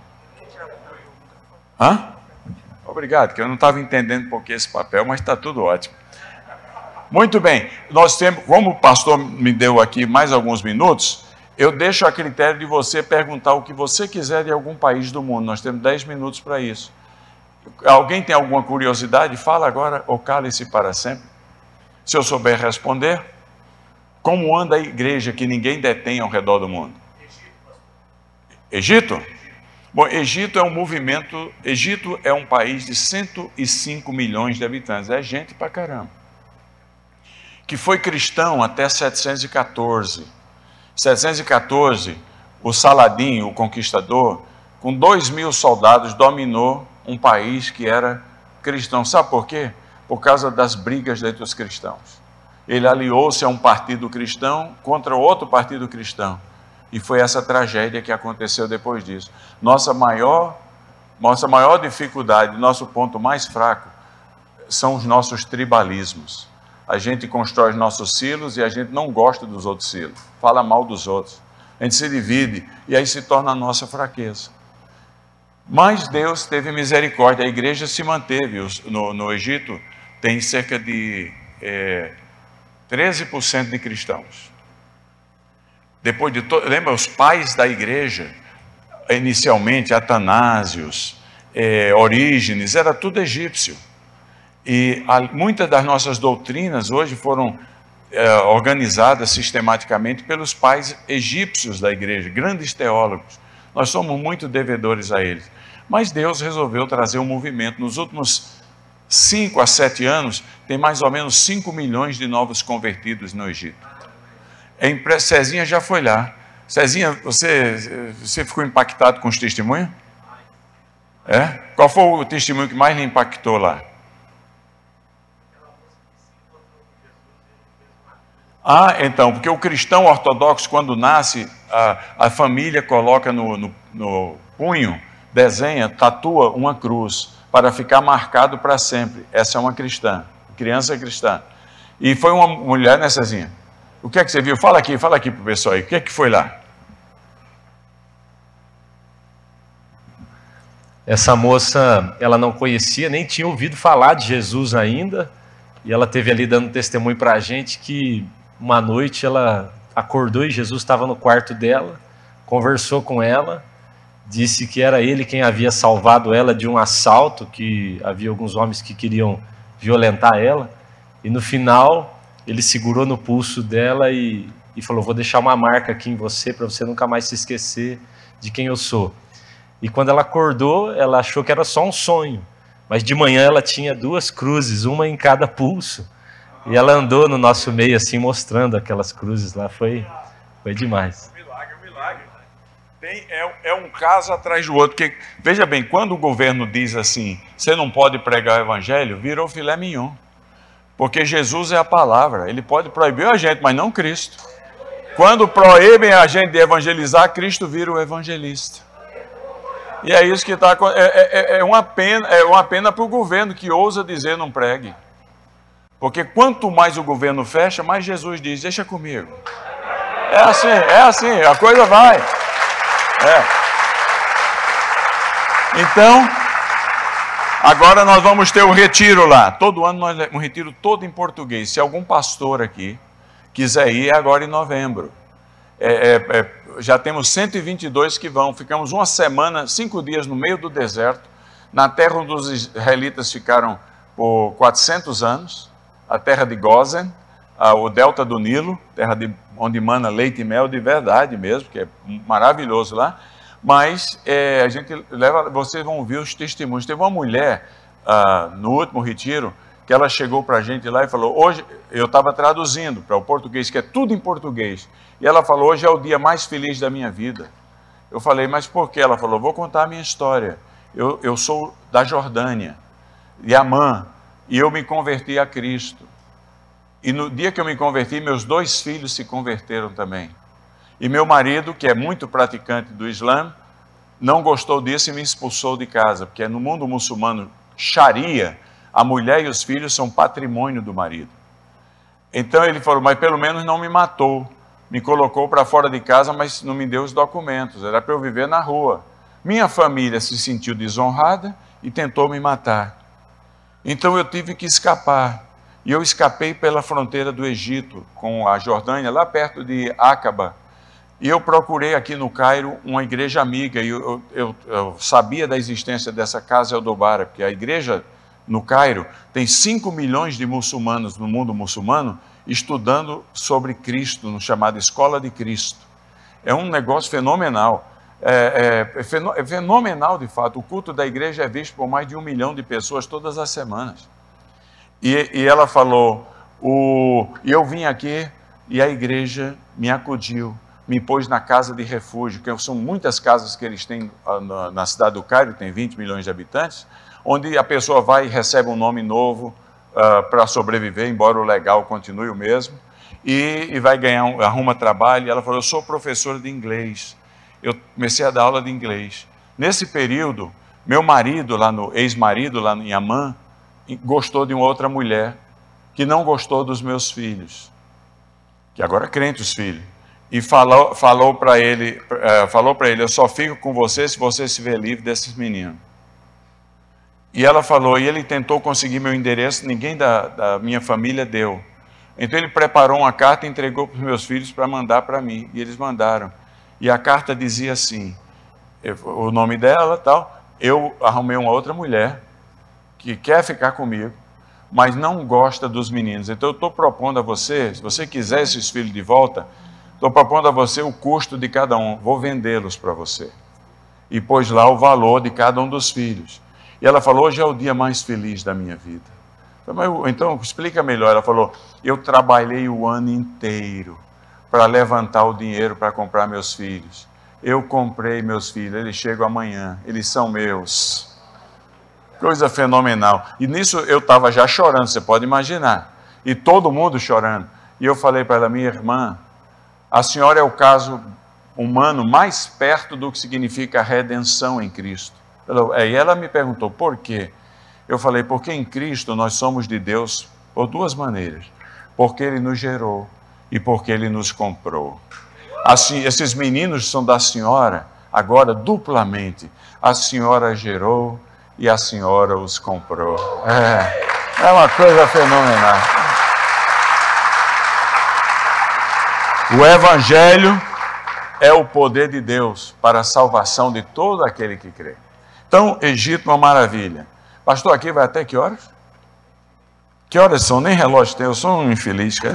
Hã? Obrigado, que eu não estava entendendo por que esse papel, mas está tudo ótimo. Muito bem, nós temos, como o pastor me deu aqui mais alguns minutos, eu deixo a critério de você perguntar o que você quiser de algum país do mundo. Nós temos 10 minutos para isso. Alguém tem alguma curiosidade? Fala agora ou cale-se para sempre. Se eu souber responder, como anda a igreja que ninguém detém ao redor do mundo? Egito? Bom, Egito é um movimento, Egito é um país de 105 milhões de habitantes, é gente pra caramba, que foi cristão até 714, 714, o Saladin, o conquistador, com 2.000 soldados, dominou um país que era cristão. Sabe por quê? Por causa das brigas entre os cristãos. Ele aliou-se a um partido cristão contra outro partido cristão. E foi essa tragédia que aconteceu depois disso. Nossa maior dificuldade, nosso ponto mais fraco, são os nossos tribalismos. A gente constrói os nossos silos e a gente não gosta dos outros silos. Fala mal dos outros. A gente se divide e aí se torna a nossa fraqueza. Mas Deus teve misericórdia. A igreja se manteve. No Egito tem cerca de 13% de cristãos. Depois de lembra, os pais da igreja, inicialmente, Atanásios, Orígenes, era tudo egípcio. E muitas das nossas doutrinas hoje foram organizadas sistematicamente pelos pais egípcios da igreja, grandes teólogos. Nós somos muito devedores a eles. Mas Deus resolveu trazer um movimento. Nos últimos 5 a 7 anos, tem mais ou menos 5 milhões de novos convertidos no Egito. Cezinha já foi lá. Cezinha, você ficou impactado com os testemunhos? Qual foi o testemunho que mais lhe impactou lá? Então, porque o cristão ortodoxo, quando nasce, a família coloca no punho, desenha, tatua uma cruz, para ficar marcado para sempre. Essa é uma cristã, criança cristã. E foi uma mulher, né, Cezinha? O que é que você viu? Fala aqui para o pessoal aí. O que é que foi lá? Essa moça, ela não conhecia, nem tinha ouvido falar de Jesus ainda. E ela teve ali dando testemunho para a gente que uma noite ela acordou e Jesus estava no quarto dela, conversou com ela, disse que era ele quem havia salvado ela de um assalto, que havia alguns homens que queriam violentar ela. E no final, ele segurou no pulso dela e falou: vou deixar uma marca aqui em você para você nunca mais se esquecer de quem eu sou. E quando ela acordou, ela achou que era só um sonho. Mas de manhã ela tinha 2 cruzes, uma em cada pulso. E ela andou no nosso meio assim, mostrando aquelas cruzes lá. Foi demais. Um milagre. É um caso atrás do outro. Porque, veja bem, quando o governo diz assim, você não pode pregar o evangelho, virou filé mignon. Porque Jesus é a palavra. Ele pode proibir a gente, mas não Cristo. Quando proíbem a gente de evangelizar, Cristo vira o evangelista. E é isso que está acontecendo. É uma pena para o governo que ousa dizer não pregue. Porque quanto mais o governo fecha, mais Jesus diz, deixa comigo. É assim, a coisa vai. Então, agora nós vamos ter um retiro lá. Todo ano um retiro todo em português. Se algum pastor aqui quiser ir, é agora em novembro. Já temos 122 que vão. Ficamos uma semana, 5 dias no meio do deserto, na terra onde os israelitas ficaram por 400 anos, a terra de Gósen, o delta do Nilo, terra onde mana leite e mel de verdade mesmo, que é maravilhoso lá. Mas a gente vocês vão ouvir os testemunhos. Teve uma mulher no último retiro que ela chegou para a gente lá e falou, hoje, eu estava traduzindo para o português, que é tudo em português, e ela falou, hoje é o dia mais feliz da minha vida. Eu falei, mas por quê? Ela falou, vou contar a minha história. Eu sou da Jordânia, de Amã, e eu me converti a Cristo. E no dia que eu me converti, meus 2 filhos se converteram também. E meu marido, que é muito praticante do Islã, não gostou disso e me expulsou de casa, porque no mundo muçulmano, Sharia, a mulher e os filhos são patrimônio do marido. Então ele falou, mas pelo menos não me matou. Me colocou para fora de casa, mas não me deu os documentos. Era para eu viver na rua. Minha família se sentiu desonrada e tentou me matar. Então eu tive que escapar. E eu escapei pela fronteira do Egito, com a Jordânia, lá perto de Aqaba. E eu procurei aqui no Cairo uma igreja amiga. E eu sabia da existência dessa Casa Eldobara, porque a igreja no Cairo tem 5 milhões de muçulmanos no mundo muçulmano estudando sobre Cristo, no chamado Escola de Cristo. É um negócio fenomenal. É fenomenal de fato. O culto da igreja é visto por mais de 1 milhão de pessoas todas as semanas. E ela falou, e eu vim aqui e a igreja me acudiu, me pôs na casa de refúgio, que são muitas casas que eles têm na cidade do Cairo, tem 20 milhões de habitantes, onde a pessoa vai e recebe um nome novo para sobreviver, embora o legal continue o mesmo, e vai ganhar, arruma trabalho. E ela falou, eu sou professora de inglês, eu comecei a dar aula de inglês. Nesse período, meu marido, ex-marido lá em Amman, gostou de uma outra mulher, que não gostou dos meus filhos, que agora é crente os filhos, e falou para ele, eu só fico com você se você se vê livre desses meninos. E ela falou, e ele tentou conseguir meu endereço, ninguém da minha família deu. Então ele preparou uma carta e entregou para os meus filhos para mandar para mim, e eles mandaram. E a carta dizia assim, o nome dela, tal, eu arrumei uma outra mulher que quer ficar comigo, mas não gosta dos meninos. Então eu estou propondo a você, se você quiser esses filhos de volta, estou propondo a você o custo de cada um, vou vendê-los para você. E pôs lá o valor de cada um dos filhos. E ela falou, hoje é o dia mais feliz da minha vida. Então explica melhor. Ela falou, eu trabalhei o ano inteiro para levantar o dinheiro para comprar meus filhos. Eu comprei meus filhos, eles chegam amanhã, eles são meus. Coisa fenomenal. E nisso eu estava já chorando, você pode imaginar. E todo mundo chorando. E eu falei para ela, minha irmã, a senhora é o caso humano mais perto do que significa a redenção em Cristo. E ela me perguntou, por quê? Eu falei, porque em Cristo nós somos de Deus por duas maneiras. Porque Ele nos gerou e porque Ele nos comprou. Assim, esses meninos são da senhora, agora duplamente. A senhora gerou e a senhora os comprou. É uma coisa fenomenal. O Evangelho é o poder de Deus para a salvação de todo aquele que crê. Então, Egito, uma maravilha. Pastor, aqui vai até que horas? Que horas são? Nem relógio tem, eu sou um infeliz, cara.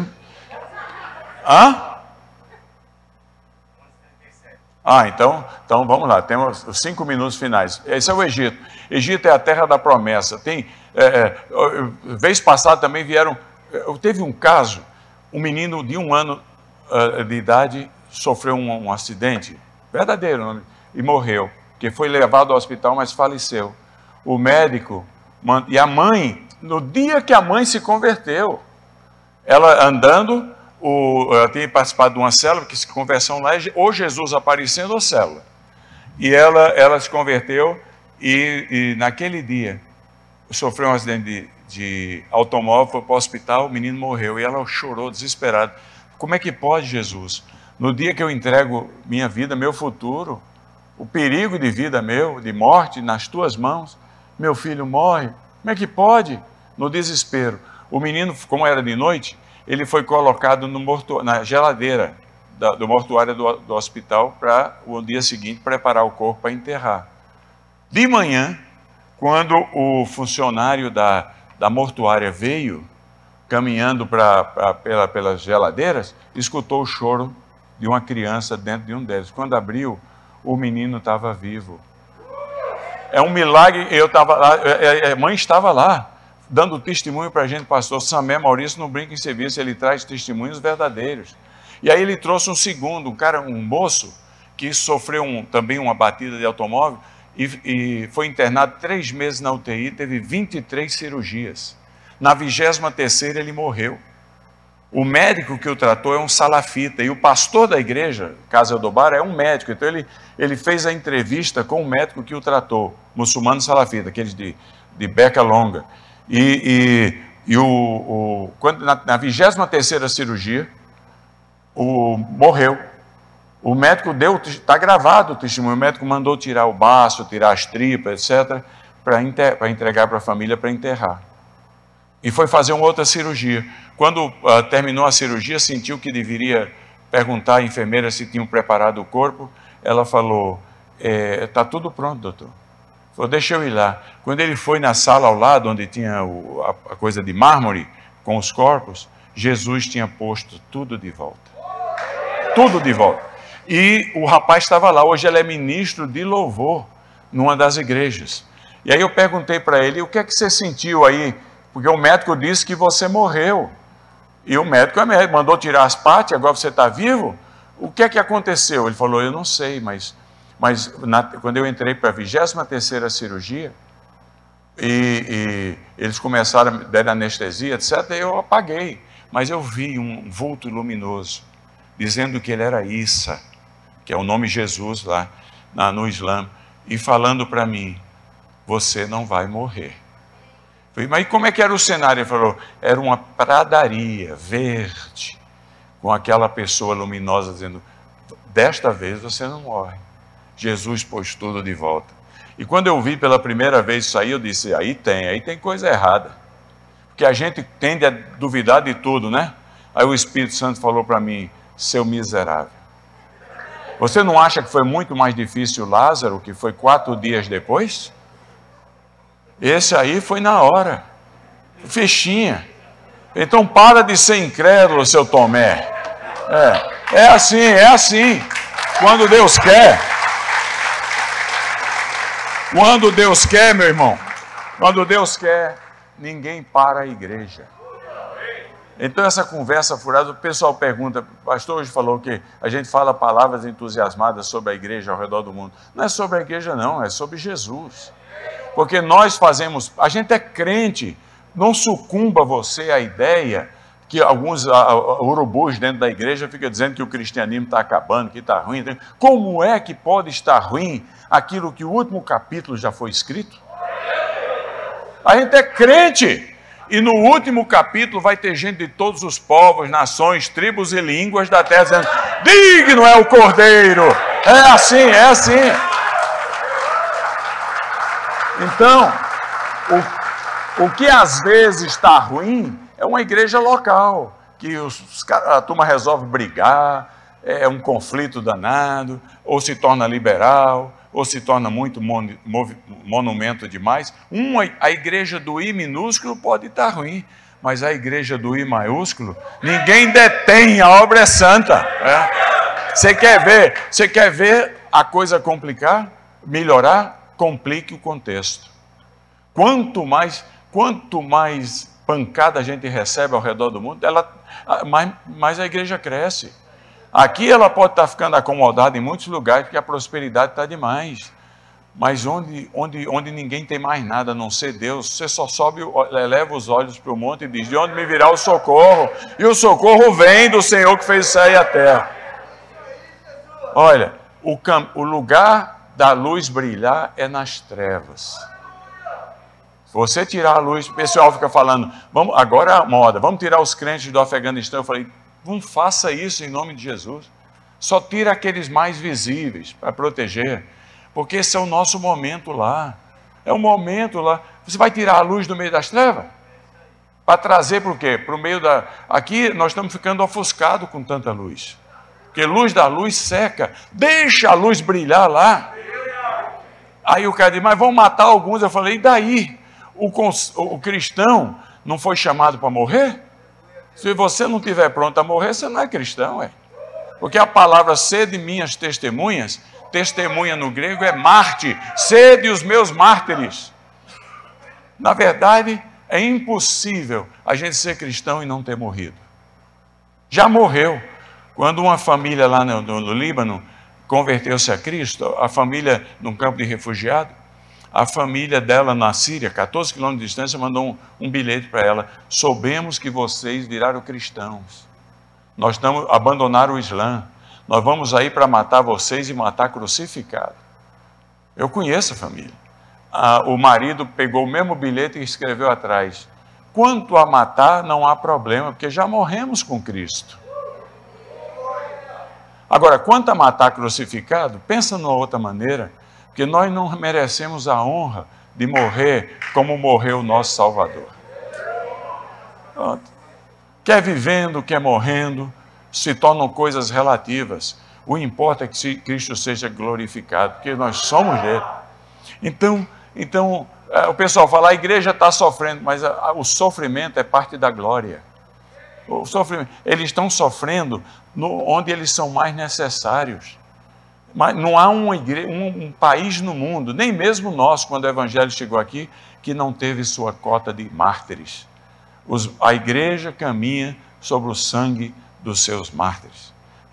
Então vamos lá, temos os 5 minutos finais. Esse é o Egito. Egito é a terra da promessa. Vez passada também teve um caso, um menino de 1 ano de idade sofreu um acidente, verdadeiro, e morreu, que foi levado ao hospital, mas faleceu. O médico, e a mãe, no dia que a mãe se converteu, ela andando, ela tinha participado de uma célula, que se conversão lá, ou Jesus aparecendo ou célula. E ela se converteu e naquele dia sofreu um acidente de automóvel, foi para o hospital, o menino morreu e ela chorou desesperada. Como é que pode, Jesus? No dia que eu entrego minha vida, meu futuro, o perigo de vida meu, de morte, nas tuas mãos, meu filho morre. Como é que pode? No desespero. O menino, como era de noite, ele foi colocado na geladeira do mortuário do hospital para o dia seguinte preparar o corpo para enterrar. De manhã, quando o funcionário da mortuária veio, caminhando pelas geladeiras, escutou o choro de uma criança dentro de um deles. Quando abriu, o menino estava vivo. É um milagre, eu estava lá, a mãe estava lá, dando testemunho para a gente, pastor Samé Maurício não brinca em serviço, ele traz testemunhos verdadeiros. E aí ele trouxe um segundo, um moço, que sofreu também uma batida de automóvel, e foi internado 3 meses na UTI, teve 23 cirurgias. Na 23ª ele morreu. O médico que o tratou é um salafita, e o pastor da igreja, Casa Eldobar, é um médico. Então ele fez a entrevista com o médico que o tratou, muçulmano salafita, aqueles de beca longa. Quando, na 23ª cirurgia, morreu. O médico está gravado o testemunho, o médico mandou tirar o baço, tirar as tripas, etc., para entregar para a família para enterrar. E foi fazer uma outra cirurgia. Quando terminou a cirurgia, sentiu que deveria perguntar à enfermeira se tinham preparado o corpo. Ela falou, está tudo pronto, doutor. Falou, deixa eu ir lá. Quando ele foi na sala ao lado, onde tinha a coisa de mármore, com os corpos, Jesus tinha posto tudo de volta. Tudo de volta. E o rapaz estava lá. Hoje ele é ministro de louvor numa das igrejas. E aí eu perguntei para ele, o que é que você sentiu aí? Porque o médico disse que você morreu. E o médico mandou tirar as partes, agora você está vivo? o que é que aconteceu? Ele falou, eu não sei, mas quando eu entrei para a 23ª cirurgia, e eles começaram a dar anestesia, etc., eu apaguei. Mas eu vi um vulto luminoso, dizendo que ele era Issa, que é o nome Jesus lá no Islã, e falando para mim, você não vai morrer. Eu falei, mas como é que era o cenário? Ele falou, era uma pradaria verde, com aquela pessoa luminosa dizendo, desta vez você não morre. Jesus pôs tudo de volta. E quando eu vi pela primeira vez isso aí, eu disse, aí tem coisa errada. Porque a gente tende a duvidar de tudo, né? Aí o Espírito Santo falou para mim, seu miserável. Você não acha que foi muito mais difícil Lázaro, que foi 4 dias depois? Esse aí foi na hora. Fichinha. Então para de ser incrédulo, seu Tomé. É assim. Quando Deus quer. Quando Deus quer, meu irmão. Quando Deus quer, ninguém para a igreja. Então essa conversa furada, o pessoal pergunta, pastor hoje falou que a gente fala palavras entusiasmadas sobre a igreja ao redor do mundo. Não é sobre a igreja não, é sobre Jesus. Porque nós fazemos, a gente é crente, não sucumba você à ideia que alguns urubus dentro da igreja ficam dizendo que o cristianismo está acabando, que está ruim. Como é que pode estar ruim aquilo que o último capítulo já foi escrito? A gente é crente. E no último capítulo vai ter gente de todos os povos, nações, tribos e línguas da terra dizendo, digno é o Cordeiro. É assim. Então, o que às vezes está ruim é uma igreja local, que a turma resolve brigar, é um conflito danado, ou se torna liberal, ou se torna muito monumento demais. A igreja do I minúsculo pode estar ruim, mas a igreja do I maiúsculo, ninguém detém, a obra é santa. Você quer ver a coisa complicar, melhorar? Complique o contexto. Quanto mais pancada a gente recebe ao redor do mundo, mais a igreja cresce. Aqui ela pode estar ficando acomodada em muitos lugares, porque a prosperidade está demais. Mas onde ninguém tem mais nada a não ser Deus, você só eleva os olhos para o monte e diz, de onde me virá o socorro? E o socorro vem do Senhor que fez o céu e a terra. Olha, o lugar da luz brilhar é nas trevas. Se você tirar a luz, o pessoal fica falando, agora é a moda, vamos tirar os crentes do Afeganistão. Eu falei, não faça isso em nome de Jesus. Só tira aqueles mais visíveis para proteger. Porque esse é o nosso momento lá. É o momento lá. Você vai tirar a luz do meio das trevas? Para trazer para o quê? Para o meio da... Aqui nós estamos ficando ofuscados com tanta luz. Porque luz da luz seca. Deixa a luz brilhar lá. Aí o cara diz, mas vão matar alguns. Eu falei, e daí? O cristão não foi chamado para morrer? Se você não estiver pronto a morrer, você não é cristão, Porque a palavra sede minhas testemunhas, testemunha no grego é mártir, sede os meus mártires. Na verdade, é impossível a gente ser cristão e não ter morrido. Já morreu. Quando uma família lá no Líbano converteu-se a Cristo, a família num campo de refugiado, a família dela na Síria, 14 quilômetros de distância, mandou um bilhete para ela. Soubemos que vocês viraram cristãos. Nós abandonaram o Islã. Nós vamos aí para matar vocês e matar crucificado. Eu conheço a família. O marido pegou o mesmo bilhete e escreveu atrás. Quanto a matar, não há problema, porque já morremos com Cristo. Agora, quanto a matar crucificado, pensa numa outra maneira. Porque nós não merecemos a honra de morrer como morreu o nosso Salvador. Pronto. Quer vivendo, quer morrendo, se tornam coisas relativas. O importa é que Cristo seja glorificado, porque nós somos dele. Então o pessoal fala, a igreja está sofrendo, mas o sofrimento é parte da glória. O sofrimento, eles estão sofrendo onde eles são mais necessários. Mas não há um país no mundo, nem mesmo nós, quando o evangelho chegou aqui, que não teve sua cota de A igreja caminha sobre o sangue dos seus mártires,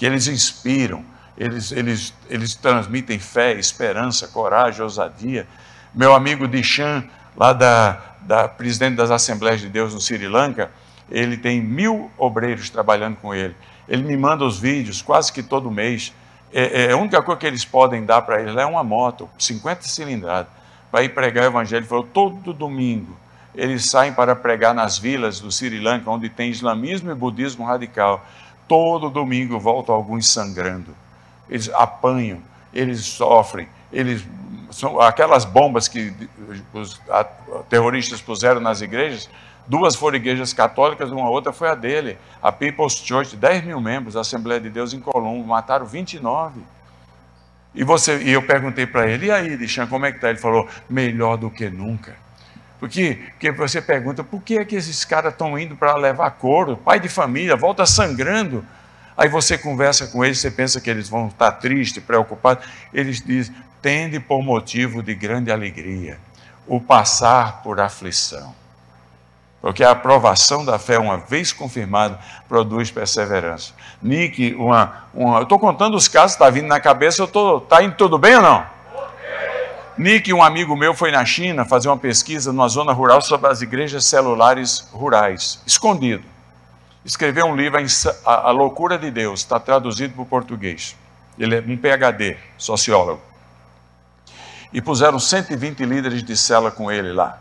que eles inspiram, eles transmitem fé, esperança, coragem, ousadia. Meu amigo Dishan, lá da presidente das Assembleias de Deus no Sri Lanka, ele tem 1000 obreiros trabalhando com ele. Ele me manda os vídeos quase que todo mês. A única coisa que eles podem dar para ele é uma moto, 50 cilindradas, para ir pregar o evangelho. Ele falou, todo domingo eles saem para pregar nas vilas do Sri Lanka, onde tem islamismo e budismo radical. Todo domingo voltam alguns sangrando. Eles apanham, eles sofrem, aquelas bombas que os terroristas puseram nas igrejas, 2 foram igrejas católicas, uma outra foi a dele, a People's Church, 10 mil membros, a Assembleia de Deus em Colombo, mataram 29. E eu perguntei para ele, e aí, Dishan, como é que está? Ele falou, melhor do que nunca. Porque você pergunta, por que é que esses caras estão indo para levar couro? Pai de família, volta sangrando. Aí você conversa com eles, você pensa que eles vão estar tristes, preocupados. Eles dizem, tende por motivo de grande alegria o passar por aflição. Porque a aprovação da fé, uma vez confirmada, produz perseverança. Nick, eu estou contando os casos, está vindo na cabeça, está indo tudo bem ou não? Nick, um amigo meu, foi na China fazer uma pesquisa numa zona rural sobre as igrejas celulares rurais, escondido. Escreveu um livro, A Loucura de Deus, está traduzido para o português. Ele é um PhD, sociólogo. E puseram 120 líderes de célula com ele lá.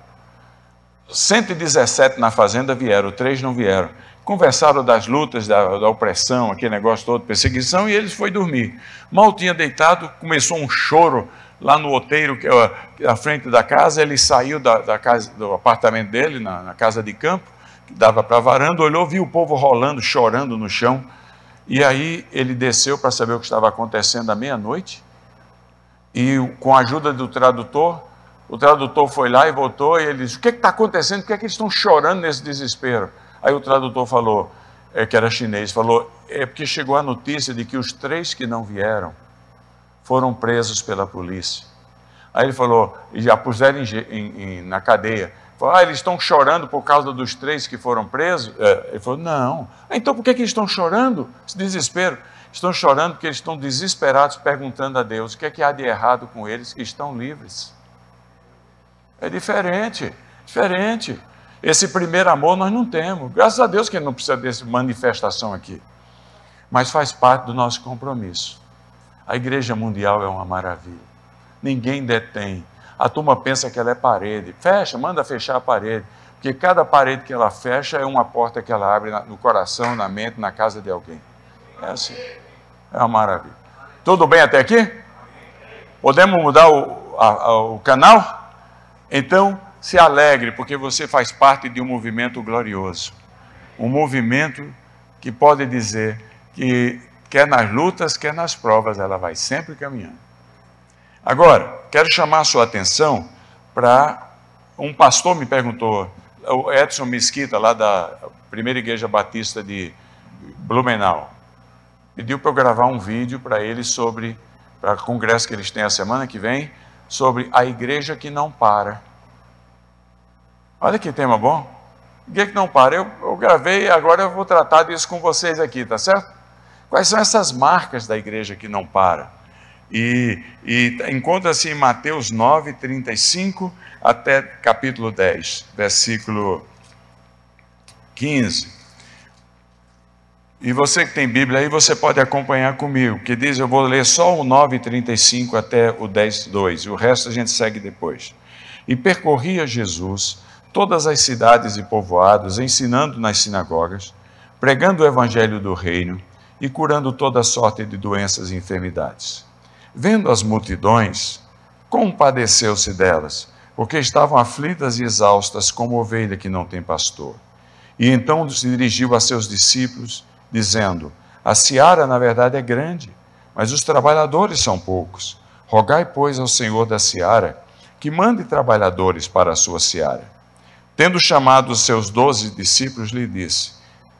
117 na fazenda vieram, 3 não vieram. Conversaram das lutas, da opressão, aquele negócio todo, perseguição, e eles foram dormir. Mal tinha deitado, começou um choro lá no outeiro, que é à frente da casa. Ele saiu da casa, do apartamento dele, na casa de campo, que dava para a varanda, olhou, viu o povo rolando, chorando no chão. E aí ele desceu para saber o que estava acontecendo à meia-noite. E com a ajuda do tradutor, o tradutor foi lá e voltou, e ele disse, o que está acontecendo? Por que eles estão chorando nesse desespero? Aí o tradutor falou, que era chinês, falou, é porque chegou a notícia de que os 3 que não vieram foram presos pela polícia. Aí ele falou, e já puseram na cadeia. Falou, eles estão chorando por causa dos 3 que foram presos? Ele falou, não. Então por que eles estão chorando? Esse desespero. Estão chorando porque eles estão desesperados, perguntando a Deus, o que é que há de errado com eles que estão livres? É diferente, diferente. Esse primeiro amor nós não temos. Graças a Deus que não precisa dessa manifestação aqui. Mas faz parte do nosso compromisso. A igreja mundial é uma maravilha. Ninguém detém. A turma pensa que ela é parede. Fecha, manda fechar a parede. Porque cada parede que ela fecha é uma porta que ela abre no coração, na mente, na casa de alguém. É assim. É uma maravilha. Tudo bem até aqui? Podemos mudar o canal? Então, se alegre, porque você faz parte de um movimento glorioso. Um movimento que pode dizer que, quer nas lutas, quer nas provas, ela vai sempre caminhando. Agora, quero chamar a sua atenção para um pastor me perguntou, o Edson Mesquita, lá da Primeira Igreja Batista de Blumenau, pediu para eu gravar um vídeo para ele para o congresso que eles têm a semana que vem, sobre a igreja que não para. Olha que tema bom. Igreja que não para. Eu gravei e agora eu vou tratar disso com vocês aqui, tá certo? Quais são essas marcas da igreja que não para? E encontra-se em Mateus 9, 35 até capítulo 10, versículo 15. E você que tem Bíblia aí, você pode acompanhar comigo, que diz, eu vou ler só o 9:35 até o 10:2, e o resto a gente segue depois. E percorria Jesus todas as cidades e povoados, ensinando nas sinagogas, pregando o evangelho do reino e curando toda sorte de doenças e enfermidades. Vendo as multidões, compadeceu-se delas, porque estavam aflitas e exaustas como ovelha que não tem pastor. E então se dirigiu a seus discípulos, dizendo, a seara na verdade é grande, mas os trabalhadores são poucos. Rogai, pois, ao Senhor da seara, que mande trabalhadores para a sua seara. Tendo chamado os seus 12 discípulos, lhe disse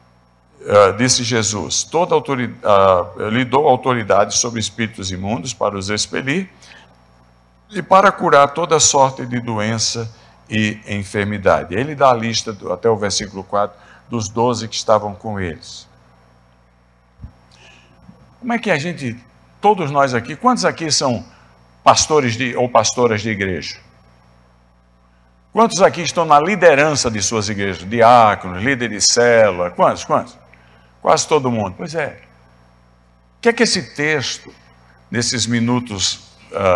Jesus, lhe dou autoridade sobre espíritos imundos para os expelir e para curar toda sorte de doença e enfermidade. Ele dá a lista, até o versículo 4, dos 12 que estavam com eles. Como é que a gente, todos nós aqui, quantos aqui são pastores ou pastoras de igreja? Quantos aqui estão na liderança de suas igrejas? Diáconos, líderes de célula, quantos? Quase todo mundo. Pois é. O que é que esse texto, nesses minutos,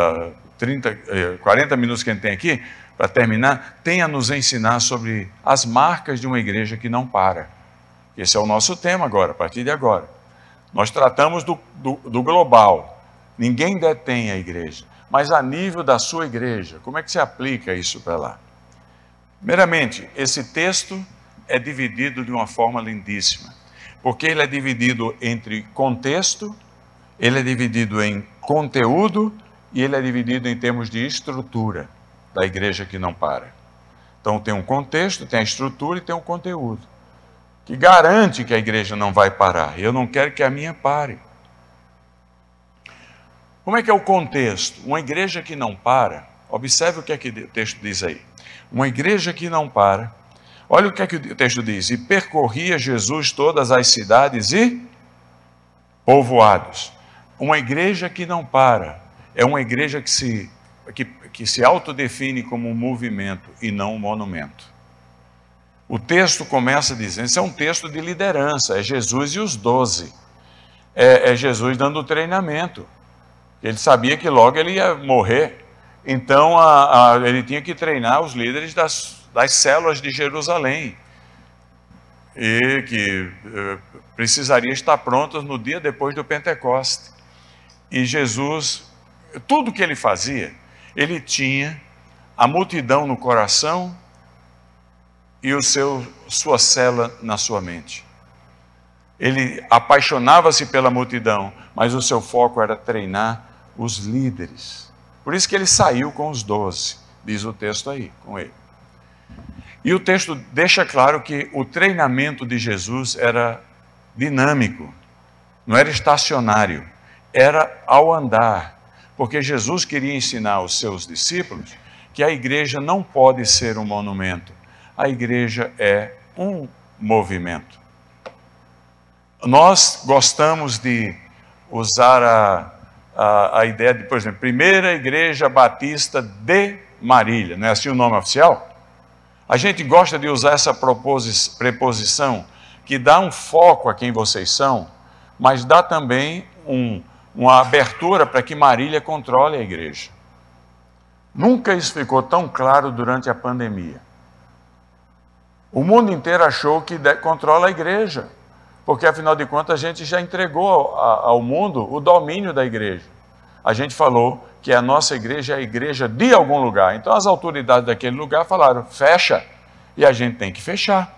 40 minutos que a gente tem aqui, para terminar, tem a nos ensinar sobre as marcas de uma igreja que não para? Esse é o nosso tema agora, a partir de agora. Nós tratamos do global. Ninguém detém a igreja. Mas a nível da sua igreja, como é que se aplica isso para lá? Primeiramente, esse texto é dividido de uma forma lindíssima. Porque ele é dividido entre contexto, ele é dividido em conteúdo e ele é dividido em termos de estrutura da igreja que não para. Então tem um contexto, tem a estrutura e tem um conteúdo, que garante que a igreja não vai parar. Eu não quero que a minha pare. Como é que é o contexto? Uma igreja que não para, observe o que é que o texto diz aí. Uma igreja que não para, olha o que é que o texto diz: e percorria Jesus todas as cidades e povoados. Uma igreja que não para, é uma igreja que se autodefine como um movimento e não um monumento. O texto começa dizendo, isso é um texto de liderança, é Jesus e os 12. É Jesus dando treinamento. Ele sabia que logo ele ia morrer. Então ele tinha que treinar os líderes das células de Jerusalém. E que precisaria estar prontos no dia depois do Pentecostes. E Jesus, tudo que ele fazia, ele tinha a multidão no coração e sua cela na sua mente. Ele apaixonava-se pela multidão, mas o seu foco era treinar os líderes. Por isso que ele saiu com os 12, diz o texto aí, com ele. E o texto deixa claro que o treinamento de Jesus era dinâmico, não era estacionário, era ao andar. Porque Jesus queria ensinar aos seus discípulos que a igreja não pode ser um monumento. A igreja é um movimento. Nós gostamos de usar a ideia de, por exemplo, Primeira Igreja Batista de Marília. Não é assim o nome oficial? A gente gosta de usar essa preposição que dá um foco a quem vocês são, mas dá também uma abertura para que Marília controle a igreja. Nunca isso ficou tão claro durante a pandemia. O mundo inteiro achou que controla a igreja, porque afinal de contas a gente já entregou ao mundo o domínio da igreja. A gente falou que a nossa igreja é a igreja de algum lugar. Então as autoridades daquele lugar falaram, fecha, e a gente tem que fechar.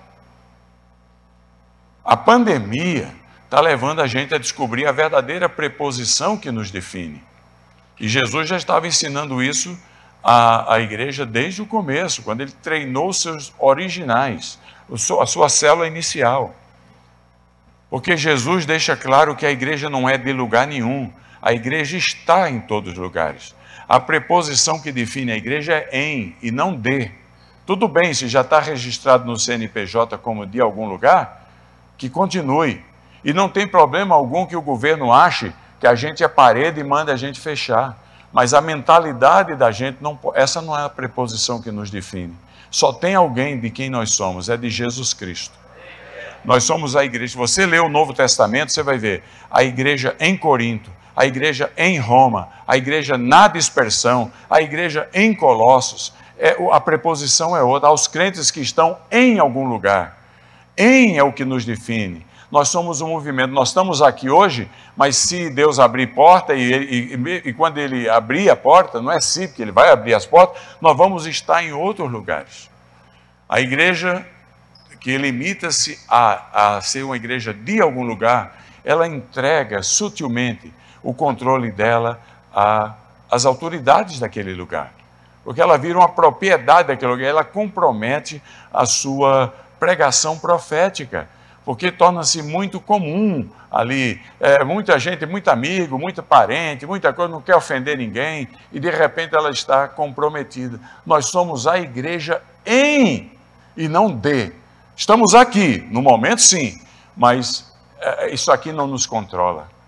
A pandemia está levando a gente a descobrir a verdadeira preposição que nos define. E Jesus já estava ensinando isso à igreja desde o começo, quando ele treinou os seus originais, a sua célula inicial. Porque Jesus deixa claro que a igreja não é de lugar nenhum, a igreja está em todos os lugares. A preposição que define a igreja é em e não de. Tudo bem, se já está registrado no CNPJ como de algum lugar, que continue. E não tem problema algum que o governo ache que a gente é parede e manda a gente fechar. Mas a mentalidade da gente, essa não é a preposição que nos define. Só tem alguém de quem nós somos, é de Jesus Cristo. Nós somos a igreja. Se você ler o Novo Testamento, você vai ver a igreja em Corinto, a igreja em Roma, a igreja na dispersão, a igreja em Colossos. A preposição é outra, aos crentes que estão em algum lugar. Em é o que nos define. Nós somos um movimento, nós estamos aqui hoje, mas se Deus abrir porta, e quando Ele abrir a porta, não é se, porque Ele vai abrir as portas, nós vamos estar em outros lugares. A igreja que limita-se a ser uma igreja de algum lugar, ela entrega sutilmente o controle dela às autoridades daquele lugar. Porque ela vira uma propriedade daquele lugar, ela compromete a sua pregação profética. Porque torna-se muito comum ali, muita gente, muito amigo, muito parente, muita coisa, não quer ofender ninguém, e de repente ela está comprometida. Nós somos a igreja em e não de. Estamos aqui, no momento sim, mas isso aqui não nos controla.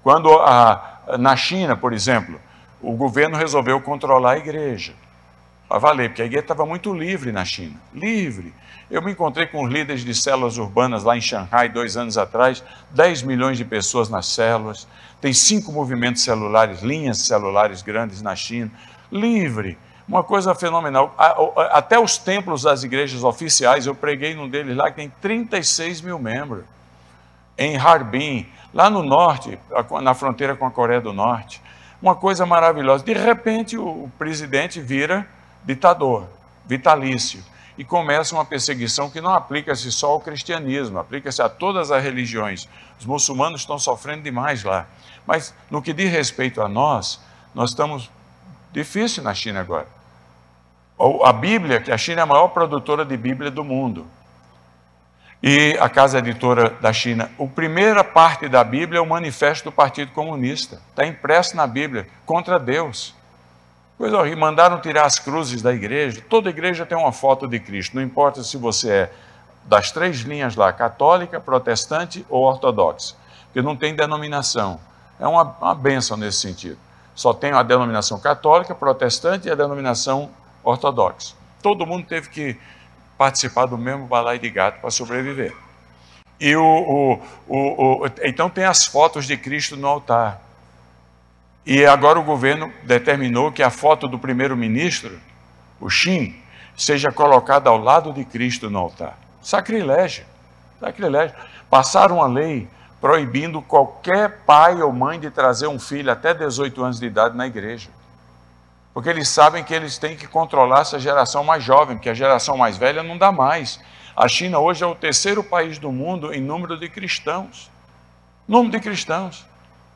Quando na China, por exemplo, o governo resolveu controlar a igreja. Para valer, porque a igreja estava muito livre na China. Livre. Eu me encontrei com os líderes de células urbanas lá em Xangai 2 anos atrás, 10 milhões de pessoas nas células, tem 5 movimentos celulares, linhas celulares grandes na China. Livre. Uma coisa fenomenal. Até os templos das igrejas oficiais, eu preguei num deles lá que tem 36 mil membros. Em Harbin, lá no norte, na fronteira com a Coreia do Norte. Uma coisa maravilhosa. De repente, o presidente vira ditador, vitalício, e começa uma perseguição que não aplica-se só ao cristianismo, aplica-se a todas as religiões. Os muçulmanos estão sofrendo demais lá. Mas, no que diz respeito a nós estamos difícil na China agora. A Bíblia, que a China é a maior produtora de Bíblia do mundo. E a casa editora da China, a primeira parte da Bíblia é o manifesto do Partido Comunista. Está impresso na Bíblia, contra Deus. Coisa horrível. Mandaram tirar as cruzes da igreja. Toda igreja tem uma foto de Cristo. Não importa se você é das 3 linhas lá, católica, protestante ou ortodoxa. Porque não tem denominação. É uma bênção nesse sentido. Só tem a denominação católica, protestante e a denominação ortodoxa. Todo mundo teve que participar do mesmo balaio de gato para sobreviver. E então tem as fotos de Cristo no altar. E agora o governo determinou que a foto do primeiro-ministro, o Xin, seja colocada ao lado de Cristo no altar. Sacrilégio. Sacrilégio. Passaram uma lei proibindo qualquer pai ou mãe de trazer um filho até 18 anos de idade na igreja. Porque eles sabem que eles têm que controlar essa geração mais jovem, porque a geração mais velha não dá mais. A China hoje é o 3º país do mundo em número de cristãos. Número de cristãos.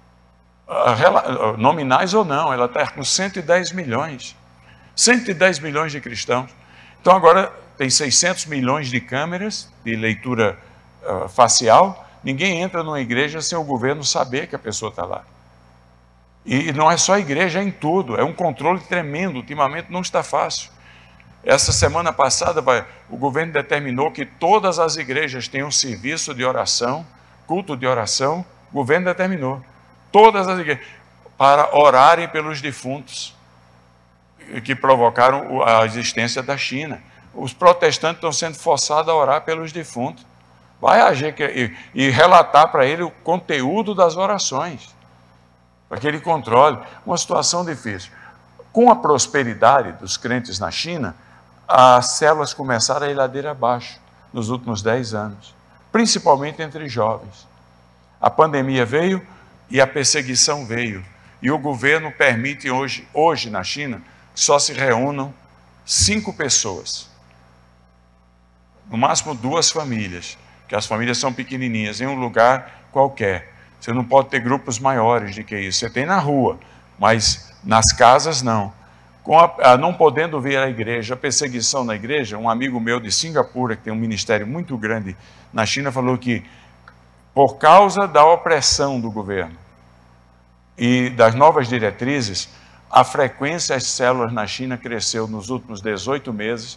Nominais ou não, ela está com 110 milhões. 110 milhões de cristãos. Então agora tem 600 milhões de câmeras de leitura facial. Ninguém entra numa igreja sem o governo saber que a pessoa está lá. E não é só a igreja, é em tudo. É um controle tremendo. Ultimamente não está fácil. Essa semana passada, o governo determinou que todas as igrejas tenham serviço de oração, culto de oração. O governo determinou. Todas as igrejas. Para orarem pelos defuntos que provocaram a existência da China. Os protestantes estão sendo forçados a orar pelos defuntos. Vai agir e relatar para ele o conteúdo das orações. Para que ele controle. Uma situação difícil. Com a prosperidade dos crentes na China, as células começaram a ir ladeira abaixo nos últimos 10 anos. Principalmente entre jovens. A pandemia veio e a perseguição veio. E o governo permite hoje na China que só se reúnam 5 pessoas. No máximo 2 famílias. Que as famílias são pequenininhas, em um lugar qualquer. Você não pode ter grupos maiores do que isso. Você tem na rua, mas nas casas não. Não podendo vir à igreja, a perseguição na igreja, um amigo meu de Singapura, que tem um ministério muito grande na China, falou que por causa da opressão do governo e das novas diretrizes, a frequência das células na China cresceu nos últimos 18 meses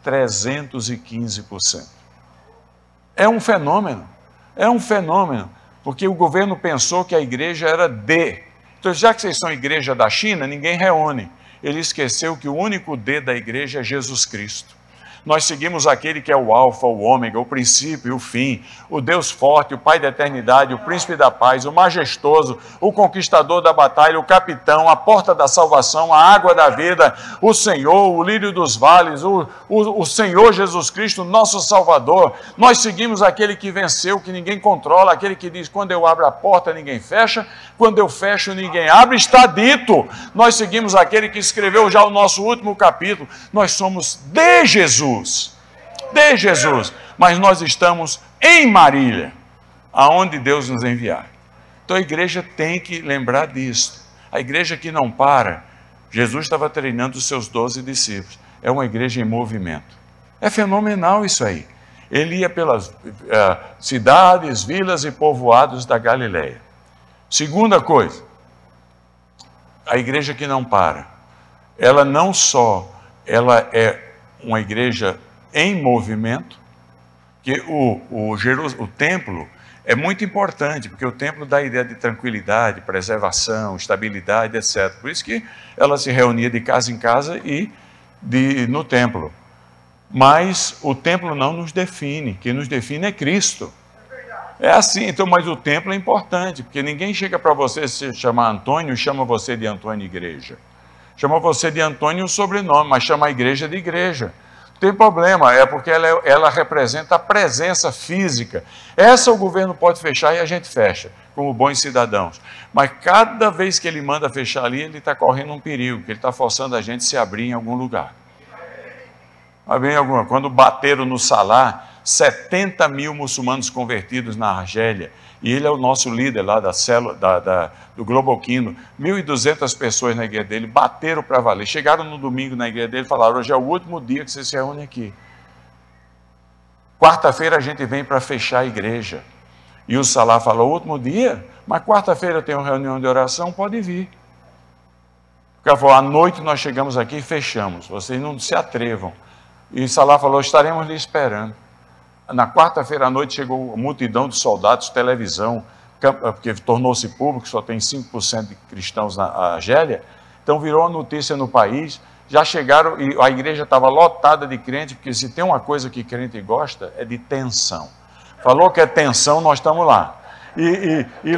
315%. É um fenômeno, porque o governo pensou que a igreja era Então, já que vocês são igreja da China, ninguém reúne. Ele esqueceu que o único D da igreja é Jesus Cristo. Nós seguimos aquele que é o alfa, o ômega, o princípio e o fim, o Deus forte, o Pai da eternidade, o príncipe da paz, o majestoso, o conquistador da batalha, o capitão, a porta da salvação, a água da vida, o Senhor, o lírio dos vales, o Senhor Jesus Cristo, nosso Salvador. Nós seguimos aquele que venceu, que ninguém controla, aquele que diz, quando eu abro a porta, ninguém fecha, quando eu fecho, ninguém abre, está dito. Nós seguimos aquele que escreveu já o nosso último capítulo. Nós somos de Jesus, mas nós estamos em Marília, aonde Deus nos enviar. Então a igreja tem que lembrar disso. A igreja que não para, Jesus estava treinando os seus 12 discípulos, é uma igreja em movimento. É fenomenal isso aí. Ele ia pelas cidades, vilas e povoados da Galileia. Segunda coisa, a igreja que não para, ela não só, ela é uma igreja em movimento, que o templo é muito importante, porque o templo dá a ideia de tranquilidade, preservação, estabilidade, etc. Por isso que ela se reunia de casa em casa e no templo. Mas o templo não nos define, quem nos define é Cristo. É assim, então, mas o templo é importante, porque ninguém chega para você se chamar Antônio e chama você de Antônio Igreja. Chama você de Antônio o sobrenome, mas chama a igreja de igreja. Não tem problema, é porque ela representa a presença física. Essa o governo pode fechar e a gente fecha, como bons cidadãos. Mas cada vez que ele manda fechar ali, ele está correndo um perigo, porque ele está forçando a gente a se abrir em algum lugar. Quando bateram no Salah, 70 mil muçulmanos convertidos na Argélia, e ele é o nosso líder lá da célula, do Globoquino, 1.200 pessoas na igreja dele, bateram para valer, chegaram no domingo na igreja dele e falaram, hoje é o último dia que você se reúne aqui. Quarta-feira a gente vem para fechar a igreja. E o Salah falou, último dia? Mas quarta-feira eu tenho reunião de oração, pode vir. O cara falou, à noite nós chegamos aqui e fechamos, vocês não se atrevam. E Salah falou, estaremos lhe esperando. Na quarta-feira à noite chegou uma multidão de soldados, televisão, porque tornou-se público, só tem 5% de cristãos na Argélia, então virou uma notícia no país, já chegaram, e a igreja estava lotada de crente, porque se tem uma coisa que crente gosta, é de tensão. Falou que é tensão, nós estamos lá. E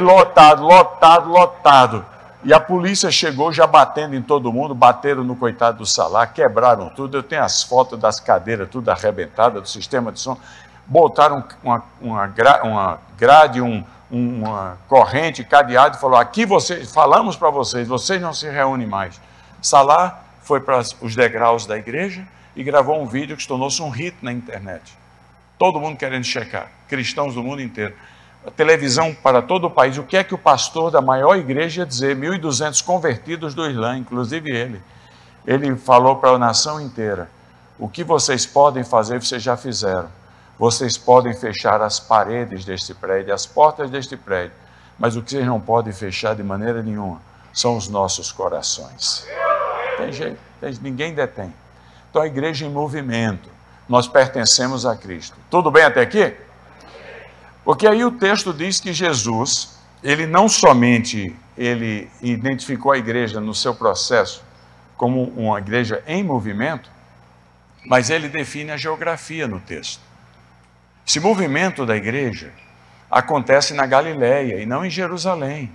lotado. E a polícia chegou já batendo em todo mundo, bateram no coitado do Salah, quebraram tudo. Eu tenho as fotos das cadeiras, tudo arrebentadas, do sistema de som. Botaram uma grade, uma corrente, cadeado, e falou, aqui falamos para vocês não se reúnem mais. Salah foi para os degraus da igreja e gravou um vídeo que tornou-se um hit na internet. Todo mundo querendo checar, cristãos do mundo inteiro. A televisão para todo o país. O que é que o pastor da maior igreja ia dizer? 1.200 convertidos do Islã, inclusive ele. Ele falou para a nação inteira, o que vocês podem fazer, vocês já fizeram. Vocês podem fechar as paredes deste prédio, as portas deste prédio, mas o que vocês não podem fechar de maneira nenhuma são os nossos corações. Tem jeito, ninguém detém. Então a igreja em movimento, nós pertencemos a Cristo. Tudo bem até aqui? Porque aí o texto diz que Jesus, ele não somente ele identificou a igreja no seu processo como uma igreja em movimento, mas ele define a geografia no texto. Esse movimento da igreja acontece na Galileia e não em Jerusalém.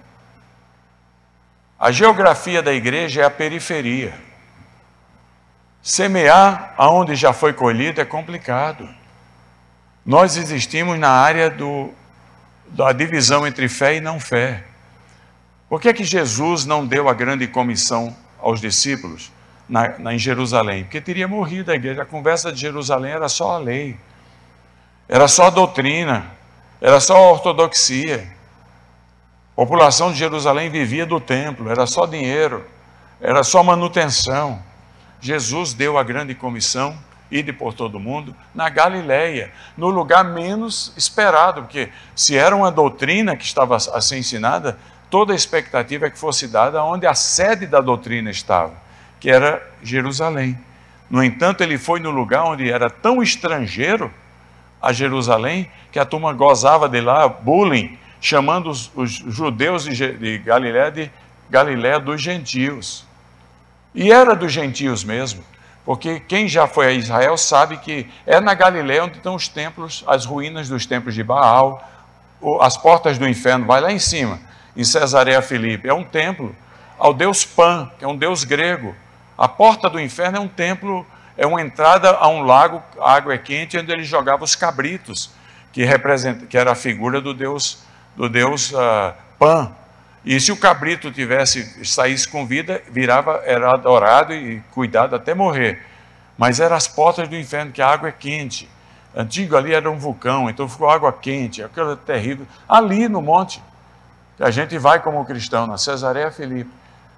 A geografia da igreja é a periferia. Semear aonde já foi colhido é complicado. Nós existimos na área da divisão entre fé e não fé. Por que Jesus não deu a grande comissão aos discípulos em Jerusalém? Porque teria morrido a igreja. A conversa de Jerusalém era só a lei. Era só a doutrina, era só a ortodoxia. A população de Jerusalém vivia do templo, era só dinheiro, era só manutenção. Jesus deu a grande comissão, ide por todo o mundo, na Galileia, no lugar menos esperado, porque se era uma doutrina que estava a ser ensinada, toda a expectativa é que fosse dada onde a sede da doutrina estava, que era Jerusalém. No entanto, ele foi no lugar onde era tão estrangeiro a Jerusalém, que a turma gozava de lá, bullying, chamando os judeus de Galiléia dos gentios. E era dos gentios mesmo, porque quem já foi a Israel sabe que é na Galiléia onde estão os templos, as ruínas dos templos de Baal, as portas do inferno, vai lá em cima, em Cesareia Filipe, é um templo ao deus Pan, que é um deus grego. A porta do inferno é um templo, é uma entrada a um lago, a água é quente, onde ele jogava os cabritos, que era a figura do deus Pan. E se o cabrito saísse com vida, era adorado e cuidado até morrer. Mas eram as portas do inferno, que a água é quente. Antigo ali era um vulcão, então ficou água quente, aquela terrível. Ali no monte, que a gente vai como cristão, na Cesareia Filipe.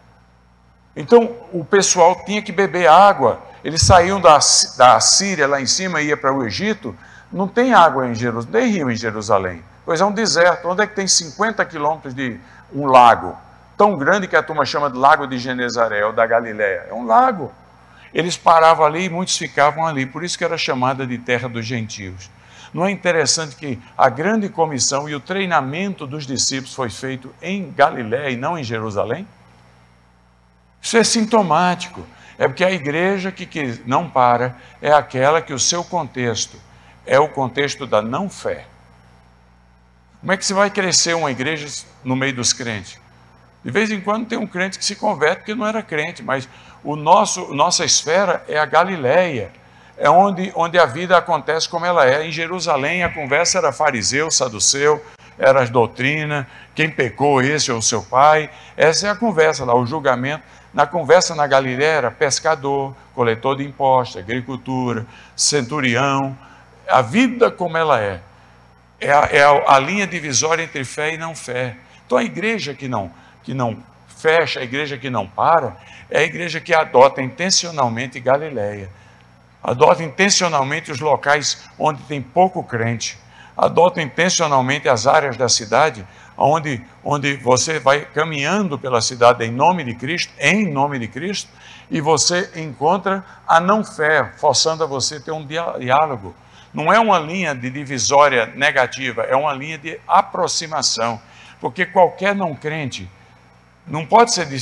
Então o pessoal tinha que beber água. Eles saíam da Síria lá em cima e iam para o Egito. Não tem água em Jerusalém, não tem rio em Jerusalém. Pois é um deserto. Onde é que tem 50 quilômetros de um lago? Tão grande que a turma chama de Lago de Genezaré, ou da Galileia. É um lago. Eles paravam ali e muitos ficavam ali. Por isso que era chamada de terra dos gentios. Não é interessante que a grande comissão e o treinamento dos discípulos foi feito em Galiléia e não em Jerusalém? Isso é sintomático. É porque a igreja que não para é aquela que o seu contexto é o contexto da não-fé. Como é que você vai crescer uma igreja no meio dos crentes? De vez em quando tem um crente que se converte porque não era crente, mas nossa esfera é a Galiléia. É onde a vida acontece como ela é. Em Jerusalém a conversa era fariseu, saduceu, era as doutrinas, quem pecou esse ou seu pai. Essa é a conversa lá, o julgamento. Na conversa na Galiléia era pescador, coletor de impostos, agricultura, centurião. A vida como ela é a linha divisória entre fé e não fé. Então a igreja que não fecha, a igreja que não para, é a igreja que adota intencionalmente Galiléia. Adota intencionalmente os locais onde tem pouco crente. Adota intencionalmente as áreas da cidade onde você vai caminhando pela cidade em nome de Cristo, e você encontra a não-fé, forçando a você ter um diálogo. Não é uma linha de divisória negativa, é uma linha de aproximação. Porque qualquer não-crente não pode ser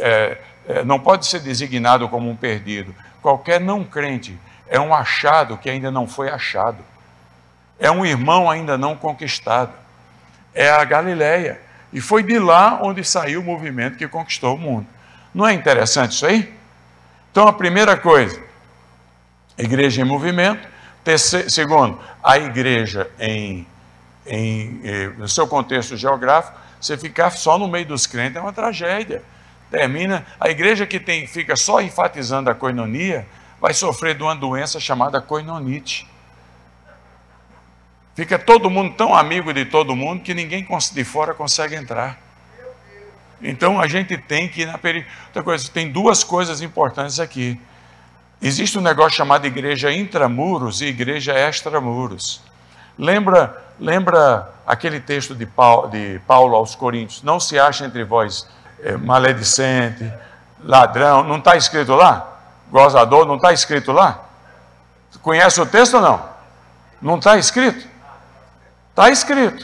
designado como um perdido. Qualquer não-crente é um achado que ainda não foi achado. É um irmão ainda não conquistado. É a Galiléia. E foi de lá onde saiu o movimento que conquistou o mundo. Não é interessante isso aí? Então, a primeira coisa, igreja em movimento. Segundo, a igreja no seu contexto geográfico. Você ficar só no meio dos crentes é uma tragédia. A igreja que fica só enfatizando a koinonia vai sofrer de uma doença chamada koinonite. Fica todo mundo tão amigo de todo mundo que ninguém de fora consegue entrar. Então a gente tem que ir na periferia. Outra coisa, tem duas coisas importantes aqui. Existe um negócio chamado igreja intramuros e igreja extramuros. Lembra aquele texto de Paulo aos Coríntios? Não se acha entre vós maledicente, ladrão. Não está escrito lá? Gozador, não está escrito lá? Conhece o texto ou não? Não está escrito? Está escrito.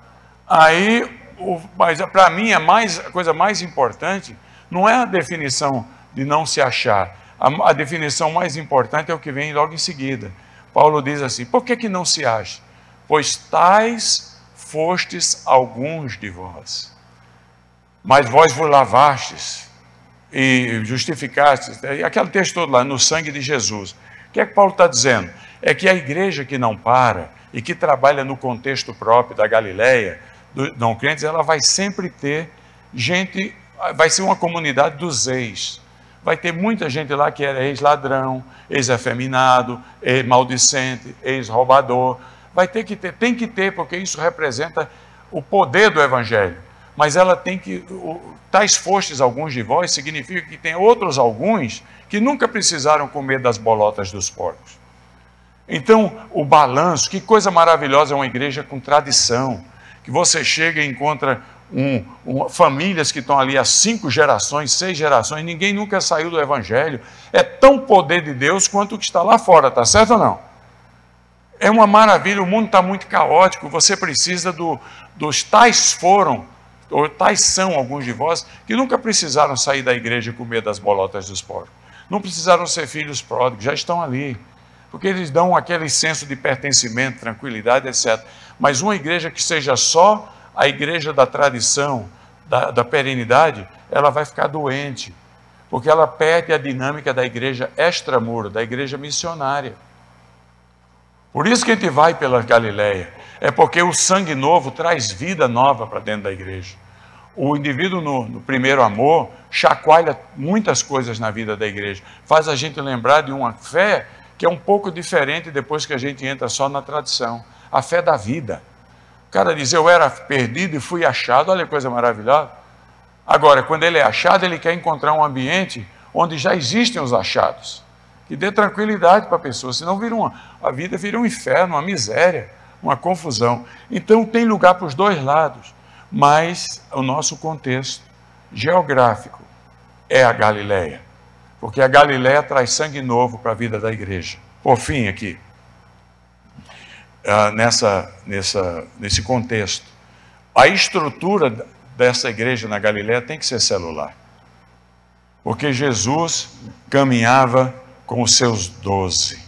Mas para mim a coisa mais importante não é a definição de não se achar. A definição mais importante é o que vem logo em seguida. Paulo diz assim: por que não se acha? Pois tais fostes alguns de vós, mas vós vos lavastes e justificastes. Aquele texto todo lá, no sangue de Jesus. O que é que Paulo está dizendo? É que a igreja que não para e que trabalha no contexto próprio da Galiléia, dos não crentes, ela vai sempre ter gente, vai ser uma comunidade dos ex. Vai ter muita gente lá que era ex-ladrão, ex-afeminado, ex-maldicente, ex-roubador. Tem que ter, porque isso representa o poder do Evangelho. Mas ela tem que, tais fostes alguns de vós, significa que tem outros alguns que nunca precisaram comer das bolotas dos porcos. Então, o balanço, que coisa maravilhosa é uma igreja com tradição, que você chega e encontra famílias que estão ali há 5 gerações, 6 gerações, ninguém nunca saiu do Evangelho. É tão poder de Deus quanto o que está lá fora, está certo ou não? É uma maravilha, o mundo está muito caótico, você precisa dos tais foram, ou tais são alguns de vós, que nunca precisaram sair da igreja e comer das bolotas dos porcos. Não precisaram ser filhos pródigos, já estão ali. Porque eles dão aquele senso de pertencimento, tranquilidade, etc. Mas uma igreja que seja só a igreja da tradição, da perenidade, ela vai ficar doente. Porque ela perde a dinâmica da igreja extramuro, da igreja missionária. Por isso que a gente vai pela Galiléia. É porque o sangue novo traz vida nova para dentro da igreja. O indivíduo no primeiro amor chacoalha muitas coisas na vida da igreja. Faz a gente lembrar de uma fé que é um pouco diferente depois que a gente entra só na tradição. A fé da vida. O cara diz, eu era perdido e fui achado. Olha que coisa maravilhosa. Agora, quando ele é achado, ele quer encontrar um ambiente onde já existem os achados. Que dê tranquilidade para a pessoa, senão a vida vira um inferno, uma miséria, uma confusão. Então tem lugar para os dois lados, mas o nosso contexto geográfico é a Galiléia, porque a Galiléia traz sangue novo para a vida da igreja. Por fim aqui, nesse contexto. A estrutura dessa igreja na Galileia tem que ser celular. Porque Jesus caminhava com os seus 12.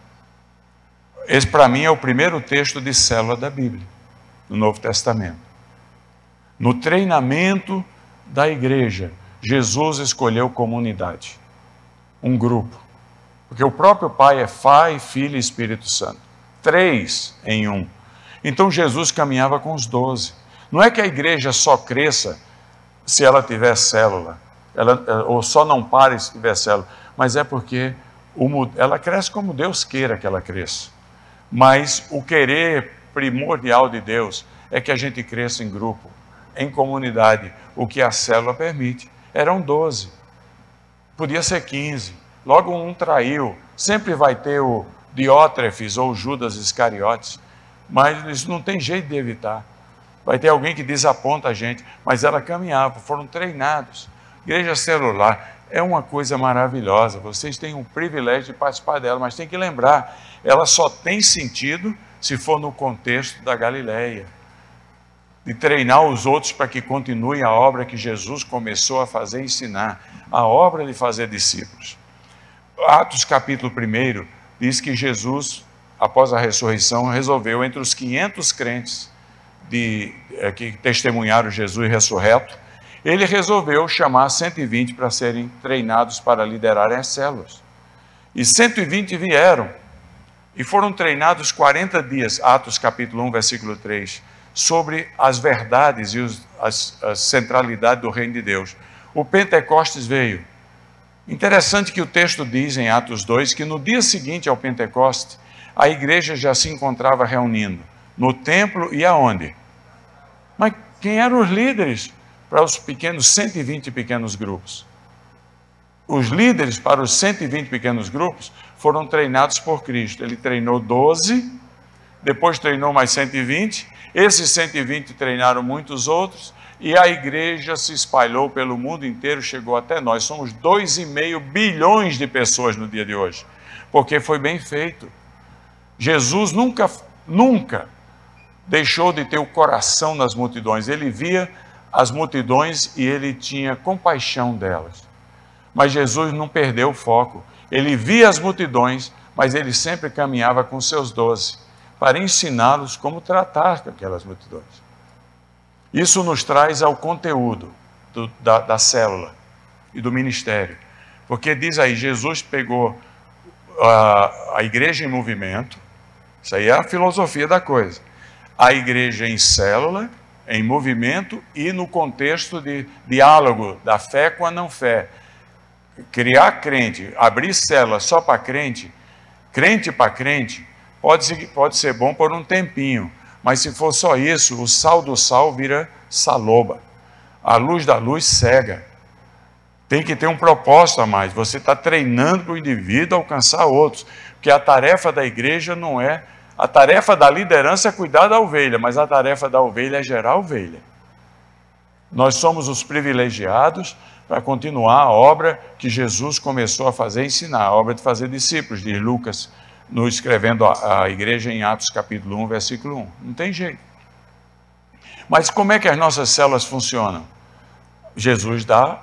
Esse, para mim, é o primeiro texto de célula da Bíblia, do Novo Testamento. No treinamento da igreja, Jesus escolheu comunidade, um grupo. Porque o próprio Pai é Pai, Filho e Espírito Santo. 3 em 1. Então Jesus caminhava com os 12. Não é que a igreja só cresça se ela tiver célula, ou só não pare se tiver célula, mas é porque ela cresce como Deus queira que ela cresça. Mas o querer primordial de Deus é que a gente cresça em grupo, em comunidade, o que a célula permite. Eram 12, podia ser 15, logo um traiu, sempre vai ter o Diótrefes ou Judas Iscariotes, mas isso não tem jeito de evitar. Vai ter alguém que desaponta a gente, mas ela caminhava, foram treinados. Igreja celular é uma coisa maravilhosa, vocês têm o privilégio de participar dela, mas tem que lembrar, ela só tem sentido se for no contexto da Galileia, de treinar os outros para que continuem a obra que Jesus começou a fazer e ensinar, a obra de fazer discípulos. Atos capítulo 1 diz que Jesus, após a ressurreição, resolveu entre os 500 crentes que testemunharam Jesus ressurreto, ele resolveu chamar 120 para serem treinados para liderarem as células. E 120 vieram e foram treinados 40 dias, Atos capítulo 1, versículo 3, sobre as verdades e a centralidade do reino de Deus. O Pentecostes veio. Interessante que o texto diz em Atos 2 que no dia seguinte ao Pentecostes, a igreja já se encontrava reunindo no templo e aonde? Mas quem eram os líderes para os 120 pequenos grupos? Os líderes para os 120 pequenos grupos foram treinados por Cristo. Ele treinou 12, depois treinou mais 120, esses 120 treinaram muitos outros, e a igreja se espalhou pelo mundo inteiro, chegou até nós. Somos 2,5 bilhões de pessoas no dia de hoje, porque foi bem feito. Jesus nunca deixou de ter o coração nas multidões. Ele via as multidões e ele tinha compaixão delas. Mas Jesus não perdeu o foco. Ele via as multidões, mas ele sempre caminhava com seus 12 para ensiná-los como tratar com aquelas multidões. Isso nos traz ao conteúdo da célula e do ministério. Porque diz aí, Jesus pegou a igreja em movimento, isso aí é a filosofia da coisa. A igreja em célula, em movimento e no contexto de diálogo da fé com a não fé. Criar crente, abrir célula só para crente para crente, pode ser bom por um tempinho, mas se for só isso, o sal do sal vira saloba. A luz da luz cega. Tem que ter um propósito a mais. Você está treinando para o indivíduo alcançar outros. Porque a tarefa da igreja não é... A tarefa da liderança é cuidar da ovelha, mas a tarefa da ovelha é gerar a ovelha. Nós somos os privilegiados para continuar a obra que Jesus começou a fazer e ensinar, a obra de fazer discípulos, diz Lucas, escrevendo a igreja em Atos capítulo 1, versículo 1. Não tem jeito. Mas como é que as nossas células funcionam? Jesus dá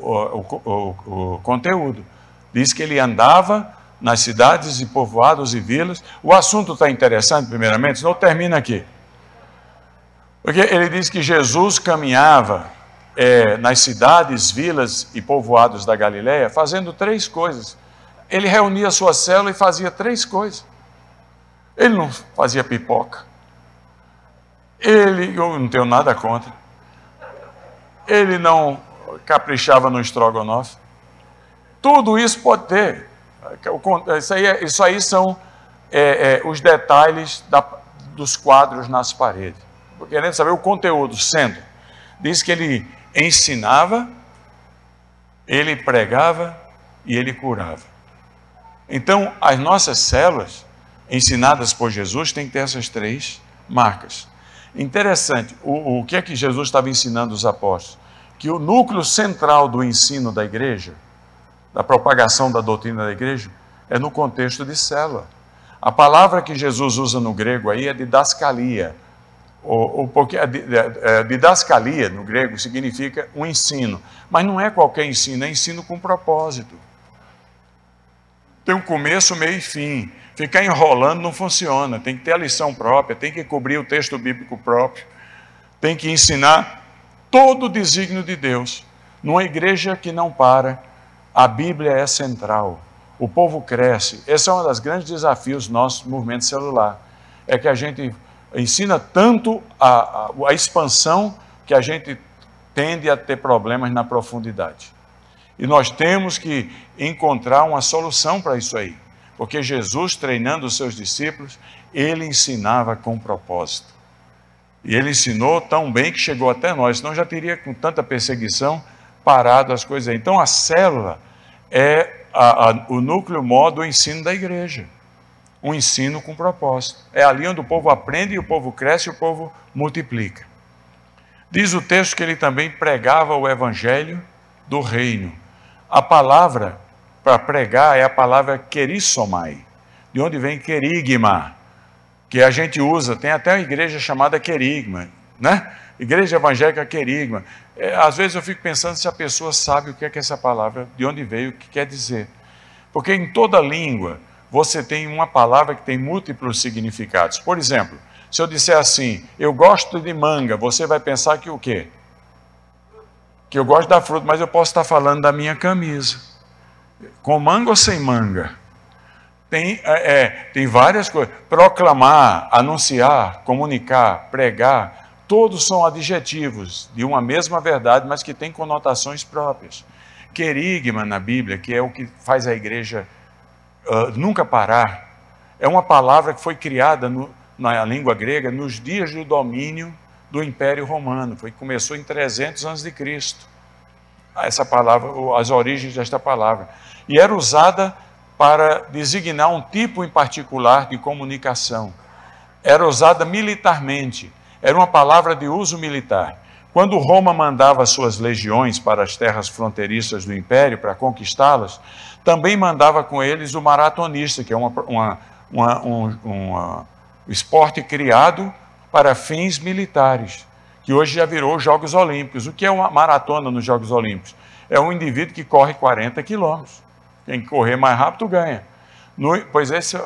o conteúdo. Diz que ele andava nas cidades e povoados e vilas. O assunto está interessante, primeiramente, senão termina aqui. Porque ele diz que Jesus caminhava nas cidades, vilas e povoados da Galileia, fazendo 3 coisas. Ele reunia a sua célula e fazia 3 coisas. Ele não fazia pipoca. Eu não tenho nada contra. Ele não caprichava no estrogonofe. Tudo isso pode ter. Isso aí são os detalhes dos quadros nas paredes. Querendo saber o conteúdo, sendo. Diz que ele ensinava, ele pregava e ele curava. Então, as nossas células, ensinadas por Jesus, têm que ter essas 3 marcas. Interessante, o que é que Jesus estava ensinando os apóstolos? Que o núcleo central do ensino da igreja, da propagação da doutrina da igreja, é no contexto de célula. A palavra que Jesus usa no grego aí é didascalia. Porque didascalia no grego significa um ensino, mas não é qualquer ensino, é ensino com propósito. Tem um começo, meio e fim. Ficar enrolando não funciona, tem que ter a lição própria, tem que cobrir o texto bíblico próprio, tem que ensinar todo o desígnio de Deus. Numa igreja que não para, a Bíblia é central, o povo cresce. Esse é um dos grandes desafios do nosso movimento celular, é que a gente ensina tanto a expansão que a gente tende a ter problemas na profundidade. E nós temos que encontrar uma solução para isso aí. Porque Jesus, treinando os seus discípulos, ele ensinava com propósito. E ele ensinou tão bem que chegou até nós, senão já teria, com tanta perseguição, parado as coisas aí. Então a célula é o núcleo maior do ensino da igreja. Um ensino com propósito. É ali onde o povo aprende, e o povo cresce, e o povo multiplica. Diz o texto que ele também pregava o evangelho do reino. A palavra para pregar é a palavra querissomai, de onde vem querigma, que a gente usa, tem até uma igreja chamada querigma, né? Igreja evangélica querigma. Às vezes eu fico pensando se a pessoa sabe o que é essa palavra, de onde veio, o que quer dizer. Porque em toda língua, você tem uma palavra que tem múltiplos significados. Por exemplo, se eu disser assim, eu gosto de manga, você vai pensar que o quê? Que eu gosto da fruta, mas eu posso estar falando da minha camisa. Com manga ou sem manga? Tem várias coisas. Proclamar, anunciar, comunicar, pregar, todos são adjetivos de uma mesma verdade, mas que têm conotações próprias. Querigma na Bíblia, que é o que faz a igreja nunca parar, é uma palavra que foi criada na língua grega nos dias do domínio do Império Romano. Começou em 300 a.C. Essa palavra, as origens desta palavra. E era usada para designar um tipo em particular de comunicação. Era usada militarmente. Era uma palavra de uso militar. Quando Roma mandava suas legiões para as terras fronteiriças do Império para conquistá-las, também mandava com eles o maratonista, que é um esporte criado para fins militares, que hoje já virou os Jogos Olímpicos. O que é uma maratona nos Jogos Olímpicos? É um indivíduo que corre 40 quilômetros. Quem correr mais rápido ganha. Pois esse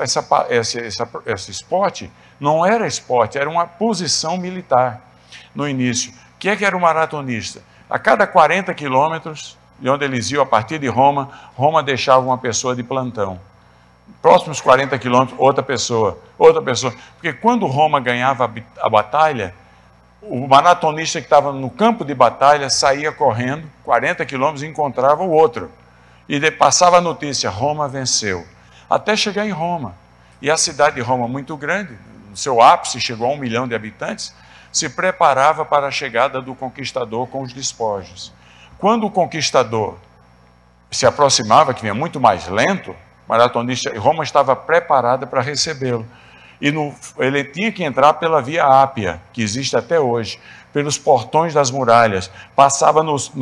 esporte não era esporte, era uma posição militar no início. O que era o maratonista? A cada 40 quilômetros, de onde eles iam a partir de Roma, Roma deixava uma pessoa de plantão. Próximos 40 quilômetros, outra pessoa. Porque quando Roma ganhava a batalha, o maratonista que estava no campo de batalha saía correndo 40 quilômetros e encontrava o outro. E passava a notícia, Roma venceu. Até chegar em Roma. E a cidade de Roma, muito grande, no seu ápice, chegou a 1 milhão de habitantes, se preparava para a chegada do conquistador com os despojos. Quando o conquistador se aproximava, que vinha muito mais lento, maratonista, Roma estava preparada para recebê-lo. E ele tinha que entrar pela Via Ápia, que existe até hoje, pelos portões das muralhas, passava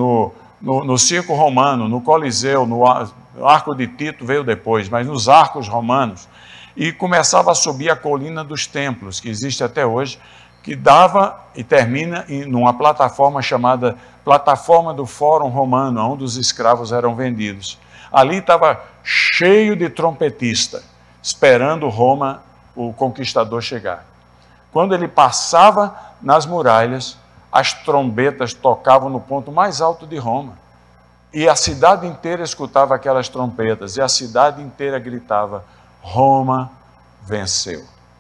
no circo romano, no Coliseu, no Arco de Tito veio depois, mas nos arcos romanos, e começava a subir a colina dos templos, que existe até hoje, que dava e termina numa plataforma chamada Plataforma do Fórum Romano, onde os escravos eram vendidos. Ali estava cheio de trompetista, esperando Roma, o conquistador, chegar. Quando ele passava nas muralhas, as trombetas tocavam no ponto mais alto de Roma. E a cidade inteira escutava aquelas trompetas, e a cidade inteira gritava, Roma venceu.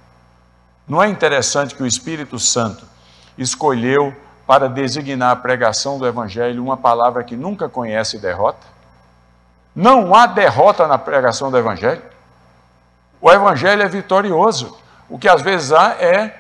Não é interessante que o Espírito Santo escolheu para designar a pregação do Evangelho uma palavra que nunca conhece derrota? Não há derrota na pregação do Evangelho. O Evangelho é vitorioso. O que às vezes há é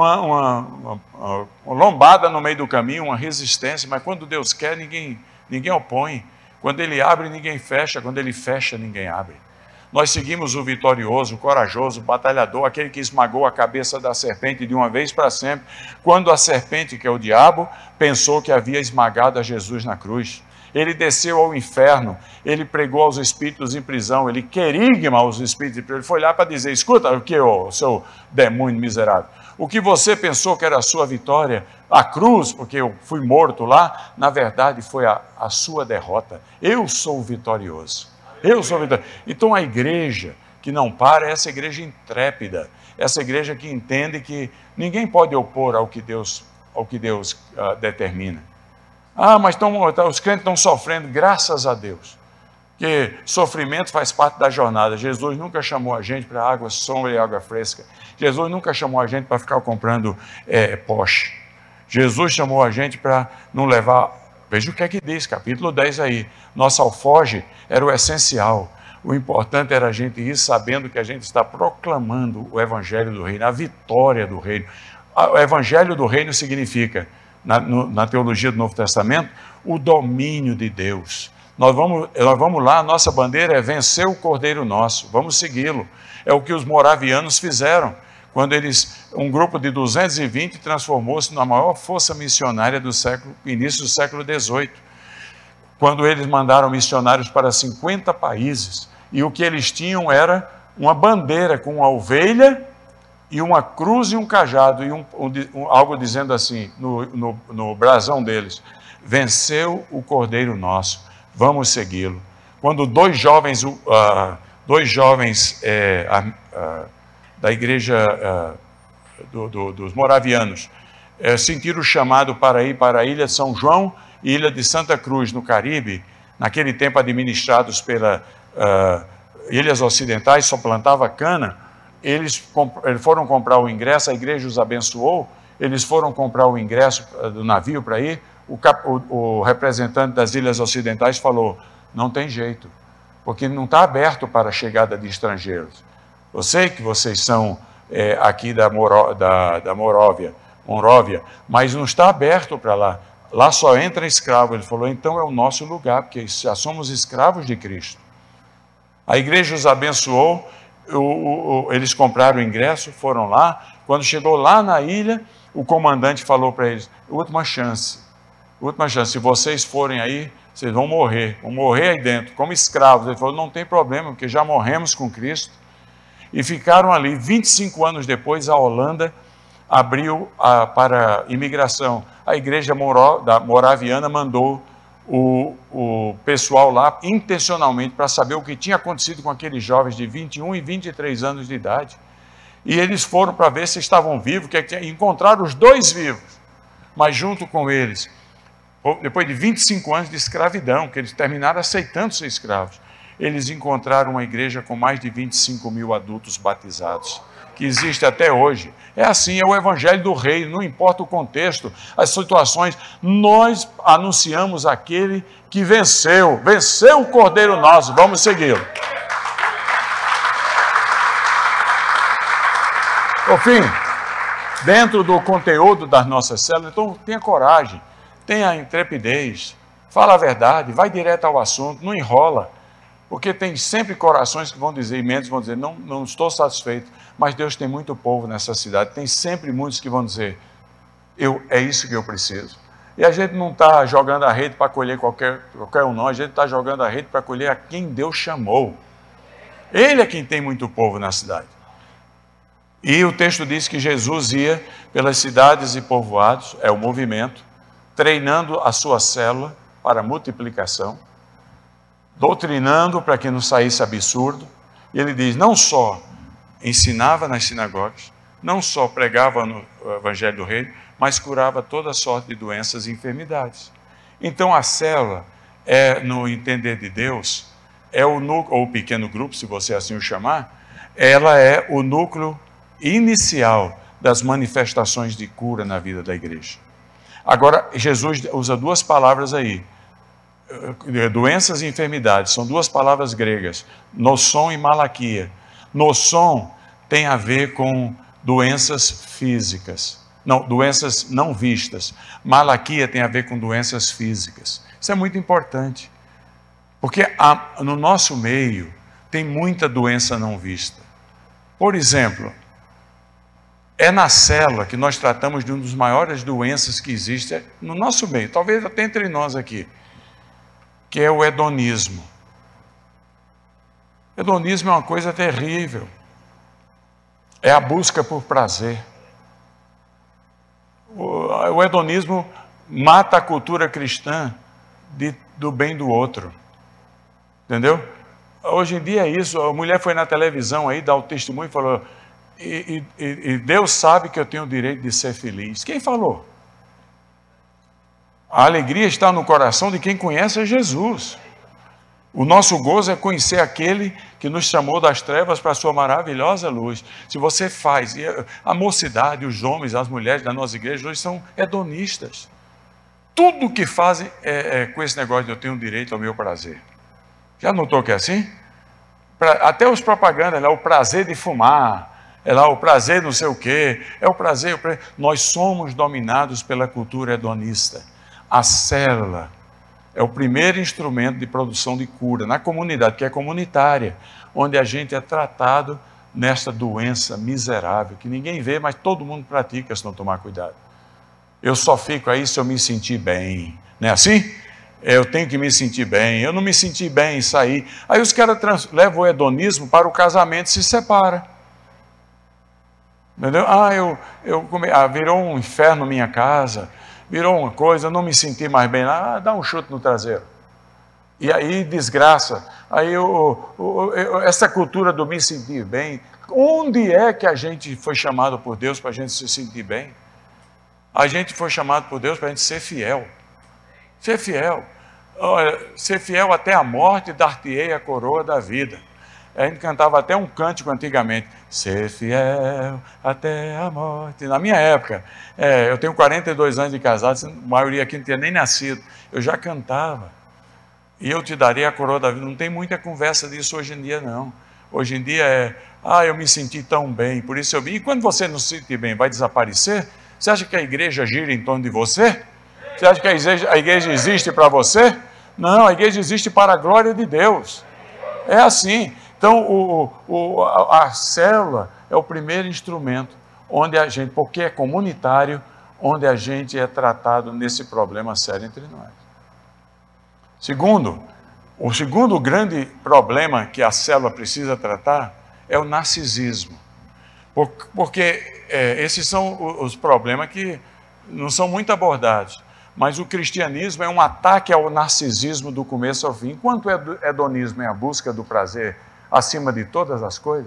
uma lombada no meio do caminho, uma resistência, mas quando Deus quer, ninguém opõe. Quando Ele abre, ninguém fecha. Quando Ele fecha, ninguém abre. Nós seguimos o vitorioso, o corajoso, o batalhador, aquele que esmagou a cabeça da serpente de uma vez para sempre, quando a serpente, que é o diabo, pensou que havia esmagado a Jesus na cruz. ele desceu ao inferno, ele pregou aos espíritos em prisão, ele querigma aos espíritos em prisão, ele foi lá para dizer, escuta, o que, ô seu demônio miserável, o que você pensou que era a sua vitória, a cruz, porque eu fui morto lá, na verdade foi a sua derrota, eu sou vitorioso, eu sou vitorioso. Então a igreja que não para é essa igreja intrépida, essa igreja que entende que ninguém pode opor ao que Deus determina. Ah, mas os crentes estão sofrendo, graças a Deus, que sofrimento faz parte da jornada. Jesus nunca chamou a gente para água sombra e água fresca. Jesus nunca chamou a gente para ficar comprando Porsche. Jesus chamou a gente para não levar... Veja o que é que diz, capítulo 10 aí. Nosso alforje era o essencial. O importante era a gente ir sabendo que a gente está proclamando o evangelho do reino, a vitória do reino. O evangelho do reino significa, na teologia do Novo Testamento, o domínio de Deus. Nós vamos lá, a nossa bandeira é vencer o Cordeiro Nosso, vamos segui-lo. É o que os moravianos fizeram, quando um grupo de 220 transformou-se na maior força missionária do início do século XVIII. Quando eles mandaram missionários para 50 países, e o que eles tinham era uma bandeira com uma ovelha, e uma cruz e um cajado, e algo dizendo assim, no brasão deles, venceu o Cordeiro Nosso, vamos segui-lo. Quando dois jovens da igreja dos moravianos sentiram o chamado para ir para a Ilha de São João e Ilha de Santa Cruz, no Caribe, naquele tempo administrados pelas Ilhas Ocidentais, só plantava cana. Eles foram comprar o ingresso, a igreja os abençoou, eles foram comprar o ingresso do navio para ir, o representante das Ilhas Ocidentais falou, não tem jeito, porque não está aberto para a chegada de estrangeiros. Eu sei que vocês são aqui da Monróvia, mas não está aberto para lá, lá só entra escravo. Ele falou, então é o nosso lugar, porque já somos escravos de Cristo. A igreja os abençoou, eles compraram o ingresso, foram lá. Quando chegou lá na ilha, o comandante falou para eles, última chance, se vocês forem aí, vocês vão morrer aí dentro, como escravos. Ele falou, não tem problema, porque já morremos com Cristo. E ficaram ali. 25 anos depois, a Holanda abriu para imigração. A igreja moraviana mandou o pessoal lá intencionalmente para saber o que tinha acontecido com aqueles jovens de 21 e 23 anos de idade. E eles foram para ver se estavam vivos, encontraram os dois vivos, mas junto com eles, depois de 25 anos de escravidão, que eles terminaram aceitando ser escravos, eles encontraram uma igreja com mais de 25 mil adultos batizados, que existe até hoje. É assim, é o evangelho do reino, não importa o contexto, as situações, nós anunciamos aquele que venceu o Cordeiro Nosso, vamos segui-lo. Por fim, dentro do conteúdo das nossas células, então tenha coragem, tenha intrepidez, fala a verdade, vai direto ao assunto, não enrola. Porque tem sempre corações que vão dizer, e mentes vão dizer, não estou satisfeito, mas Deus tem muito povo nessa cidade, tem sempre muitos que vão dizer, é isso que eu preciso. E a gente não está jogando a rede para colher qualquer um não, a gente está jogando a rede para colher a quem Deus chamou. Ele é quem tem muito povo na cidade. E o texto diz que Jesus ia pelas cidades e povoados, é o movimento, treinando a sua célula para multiplicação, doutrinando para que não saísse absurdo. E ele diz, não só ensinava nas sinagogas, não só pregava no evangelho do reino, mas curava toda sorte de doenças e enfermidades. Então a célula, no entender de Deus, é o núcleo, ou o pequeno grupo, se você assim o chamar, ela é o núcleo inicial das manifestações de cura na vida da igreja. Agora, Jesus usa duas palavras aí, doenças e enfermidades, são duas palavras gregas, nosson e malaquia. Nosson tem a ver com doenças físicas, doenças não vistas. Malaquia tem a ver com doenças físicas. Isso é muito importante, porque no nosso meio tem muita doença não vista. Por exemplo, é na célula que nós tratamos de uma das maiores doenças que existe no nosso meio, talvez até entre nós aqui. que é o hedonismo. Hedonismo é uma coisa terrível. É a busca por prazer. O hedonismo mata a cultura cristã do bem do outro. Entendeu? Hoje em dia é isso. A mulher foi na televisão aí, dar o testemunho e falou: e Deus sabe que eu tenho o direito de ser feliz. Quem falou? A alegria está no coração de quem conhece Jesus. O nosso gozo é conhecer aquele que nos chamou das trevas para a sua maravilhosa luz. Se você faz, a mocidade, os homens, as mulheres da nossa igreja hoje são hedonistas. Tudo que fazem é com esse negócio de eu tenho direito ao meu prazer. Já notou que é assim? Até os propagandas, o prazer de fumar, o prazer não sei o quê, o prazer. Nós somos dominados pela cultura hedonista. A célula é o primeiro instrumento de produção de cura na comunidade, que é comunitária, onde a gente é tratado nessa doença miserável, que ninguém vê, mas todo mundo pratica se não tomar cuidado. Eu só fico aí se eu me sentir bem, não é assim? Eu tenho que me sentir bem, eu não me senti bem em sair. Aí os caras levam o hedonismo para o casamento e se separam. Entendeu? Virou um inferno minha casa, virou uma coisa, eu não me senti mais bem lá, dá um chute no traseiro. E aí desgraça. Aí essa cultura do me sentir bem, onde é que a gente foi chamado por Deus para a gente se sentir bem? A gente foi chamado por Deus para a gente ser fiel. Ser fiel. Olha, ser fiel até a morte, dar-te-ei a coroa da vida. A gente cantava até um cântico antigamente, ser fiel até a morte. Na minha época, eu tenho 42 anos de casado, a maioria aqui não tinha nem nascido, eu já cantava. E eu te darei a coroa da vida. Não tem muita conversa disso hoje em dia, não. Hoje em dia eu me senti tão bem, por isso eu vim. E quando você não se sentir bem, vai desaparecer? Você acha que a igreja gira em torno de você? Você acha que a igreja existe para você? Não, a igreja existe para a glória de Deus. É assim. Então, a célula é o primeiro instrumento onde a gente, porque é comunitário, onde a gente é tratado nesse problema sério entre nós. O segundo grande problema que a célula precisa tratar é o narcisismo. Porque esses são os problemas que não são muito abordados. Mas o cristianismo é um ataque ao narcisismo do começo ao fim. Enquanto o hedonismo é a busca do prazer acima de todas as coisas,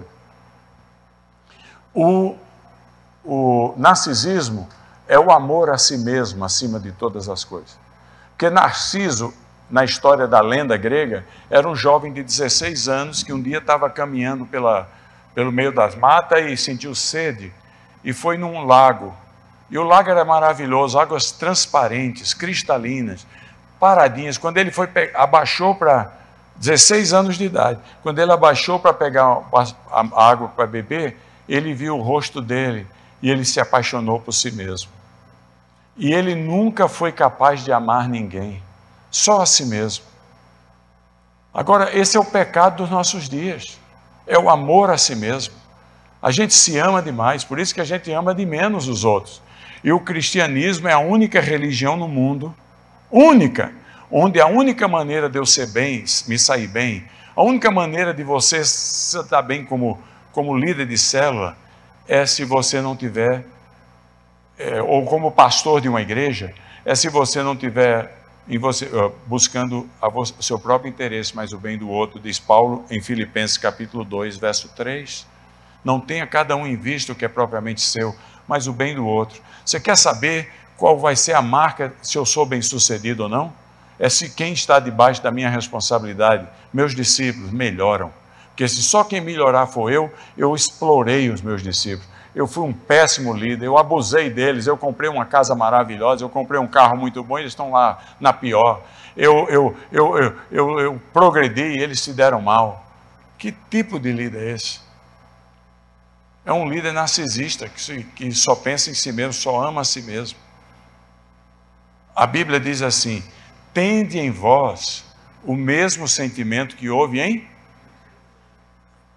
o narcisismo é o amor a si mesmo acima de todas as coisas. Porque Narciso, na história da lenda grega, era um jovem de 16 anos que um dia estava caminhando pelo meio das matas e sentiu sede e foi num lago. E o lago era maravilhoso, águas transparentes, cristalinas, paradinhas. Quando ele abaixou para 16 anos de idade, quando ele abaixou para pegar a água para beber, ele viu o rosto dele e ele se apaixonou por si mesmo. E ele nunca foi capaz de amar ninguém, só a si mesmo. Agora, esse é o pecado dos nossos dias, é o amor a si mesmo. A gente se ama demais, por isso que a gente ama de menos os outros. E o cristianismo é a única religião no mundo, onde a única maneira de eu ser bem, me sair bem, a única maneira de você estar bem como líder de célula, é se você não tiver, ou como pastor de uma igreja, é se você não tiver buscando o seu próprio interesse, mas o bem do outro, diz Paulo em Filipenses capítulo 2, verso 3. Não tenha cada um em vista o que é propriamente seu, mas o bem do outro. Você quer saber qual vai ser a marca se eu sou bem sucedido ou não? É se quem está debaixo da minha responsabilidade, meus discípulos, melhoram. Porque se só quem melhorar for eu explorei os meus discípulos. Eu fui um péssimo líder, eu abusei deles, eu comprei uma casa maravilhosa, eu comprei um carro muito bom e eles estão lá na pior. Eu progredi e eles se deram mal. Que tipo de líder é esse? É um líder narcisista que só pensa em si mesmo, só ama a si mesmo. A Bíblia diz assim: tende em vós o mesmo sentimento que houve em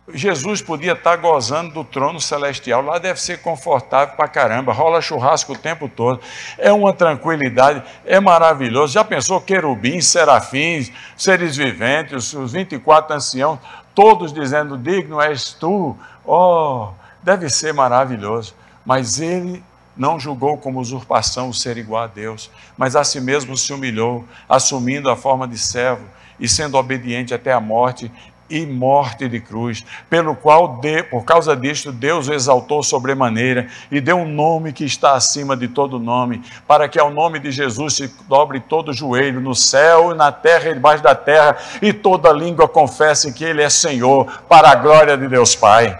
Jesus podia estar gozando do trono celestial, lá deve ser confortável pra caramba, rola churrasco o tempo todo, é uma tranquilidade, é maravilhoso. Já pensou querubins, serafins, seres viventes, os 24 anciãos, todos dizendo, digno és tu, oh, deve ser maravilhoso. Mas ele não julgou como usurpação o ser igual a Deus, mas a si mesmo se humilhou, assumindo a forma de servo e sendo obediente até a morte e morte de cruz, pelo qual, por causa disto, Deus o exaltou sobremaneira e deu um nome que está acima de todo nome, para que ao nome de Jesus se dobre todo joelho, no céu, na terra e debaixo da terra, e toda língua confesse que Ele é Senhor, para a glória de Deus Pai.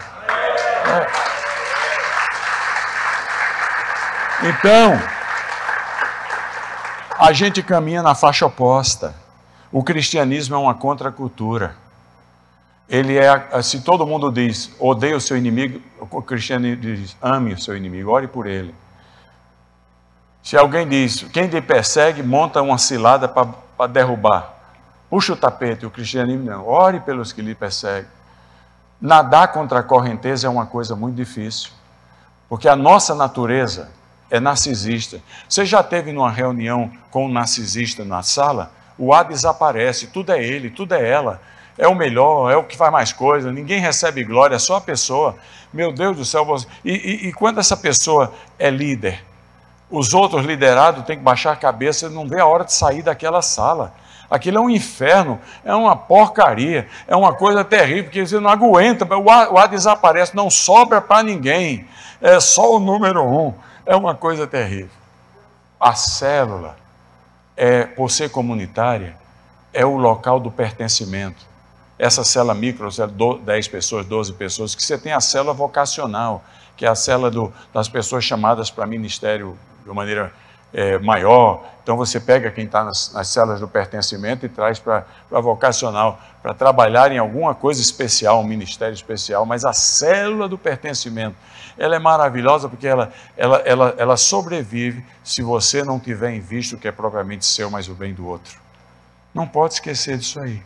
Então, a gente caminha na faixa oposta. O cristianismo é uma contracultura. Ele é, se todo mundo diz, odeia o seu inimigo, o cristiano diz, ame o seu inimigo, ore por ele. Se alguém diz, quem lhe persegue, monta uma cilada para derrubar. Puxa o tapete, o cristianismo não, ore pelos que lhe perseguem. Nadar contra a correnteza é uma coisa muito difícil, porque a nossa natureza é narcisista. Você já esteve numa reunião com um narcisista na sala? O A desaparece, tudo é ele, tudo é ela. É o melhor, é o que faz mais coisa, ninguém recebe glória, é só a pessoa. Meu Deus do céu, e quando essa pessoa é líder, os outros liderados têm que baixar a cabeça e não vê a hora de sair daquela sala. Aquilo é um inferno, é uma porcaria, é uma coisa terrível, porque você não aguenta, o ar desaparece, não sobra para ninguém, é só o número 1, é uma coisa terrível. A célula, por ser comunitária, é o local do pertencimento. Essa célula micro, 10 pessoas, 12 pessoas, que você tem a célula vocacional, que é a célula das pessoas chamadas para ministério de uma maneira maior. Então você pega quem está nas células do pertencimento e traz para a vocacional, para trabalhar em alguma coisa especial, um ministério especial. Mas a célula do pertencimento, ela é maravilhosa porque ela sobrevive se você não tiver em vista o que é propriamente seu, mas o bem do outro. Não pode esquecer disso aí.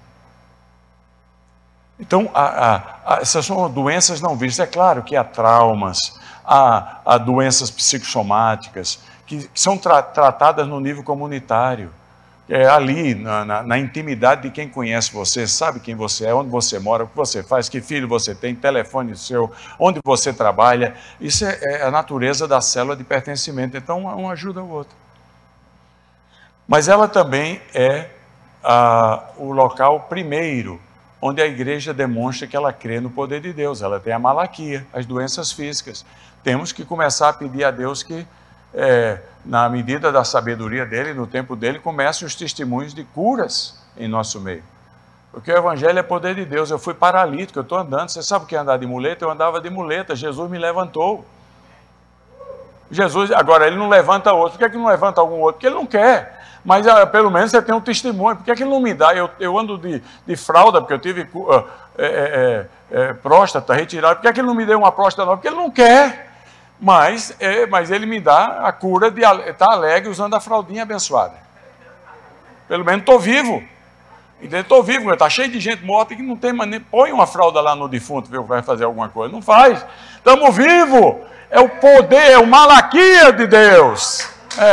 Então, essas são doenças não vistas. É claro que há traumas, há doenças psicossomáticas que são tratadas no nível comunitário. Ali, na intimidade de quem conhece você, sabe quem você é, onde você mora, o que você faz, que filho você tem, telefone seu, onde você trabalha. Isso é a natureza da célula de pertencimento. Então, um ajuda o outro. Mas ela também é o local primeiro onde a igreja demonstra que ela crê no poder de Deus. Ela tem a malaquia, as doenças físicas. Temos que começar a pedir a Deus que, na medida da sabedoria dele, no tempo dele, comecem os testemunhos de curas em nosso meio. Porque o evangelho é poder de Deus. Eu fui paralítico, eu estou andando. Você sabe o que é andar de muleta? Eu andava de muleta, Jesus me levantou. Jesus, agora, ele não levanta outro. Por que não levanta algum outro? Porque ele não quer. Mas pelo menos você tem um testemunho. Por que ele não me dá? Eu ando de fralda, porque eu tive próstata retirada. Por que ele não me deu uma próstata nova? Porque ele não quer. Mas ele me dá a cura de estar alegre usando a fraldinha abençoada. Pelo menos estou vivo. Estou vivo, está cheio de gente morta que não tem maneira. Põe uma fralda lá no defunto, vê que vai fazer alguma coisa. Não faz. Estamos vivos. É o poder, é o malaquia de Deus.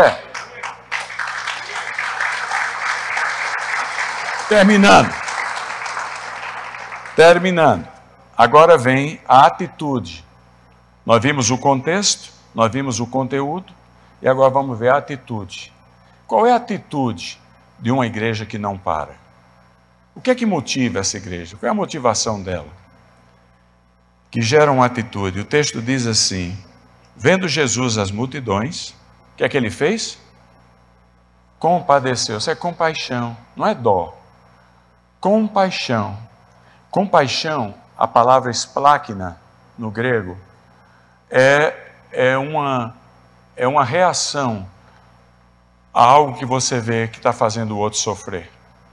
Terminando. Agora vem a atitude. Nós vimos o contexto, nós vimos o conteúdo, e agora vamos ver a atitude. Qual é a atitude de uma igreja que não para? O que é que motiva essa igreja? Qual é a motivação dela? Que gera uma atitude. O texto diz assim: vendo Jesus as multidões, o que é que ele fez? Compadeceu. Isso é compaixão, não é dó. Compaixão. Compaixão, a palavra esplacna no grego, é uma reação a algo que você vê que está fazendo o outro sofrer.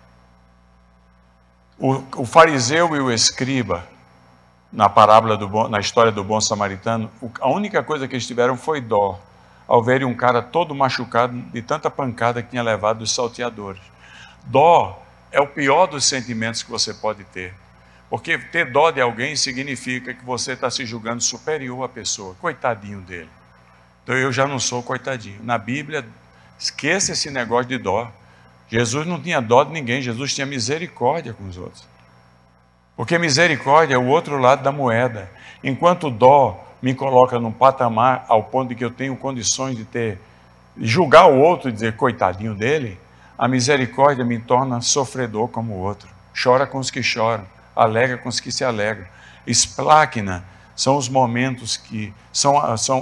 O fariseu e o escriba, na parábola na história do bom samaritano, a única coisa que eles tiveram foi dó, ao verem um cara todo machucado de tanta pancada que tinha levado dos salteadores. Dó é o pior dos sentimentos que você pode ter, Porque ter dó de alguém significa que você está se julgando superior à pessoa. Coitadinho dele. Então eu já não sou coitadinho. Na Bíblia, esqueça esse negócio de dó. Jesus não tinha dó de ninguém, Jesus tinha misericórdia com os outros. Porque misericórdia é o outro lado da moeda. Enquanto dó me coloca num patamar ao ponto de que eu tenho condições de julgar o outro e dizer coitadinho dele, a misericórdia me torna sofredor como o outro. Chora com os que choram, alegra com os que se alegram. Esplacna são os momentos que são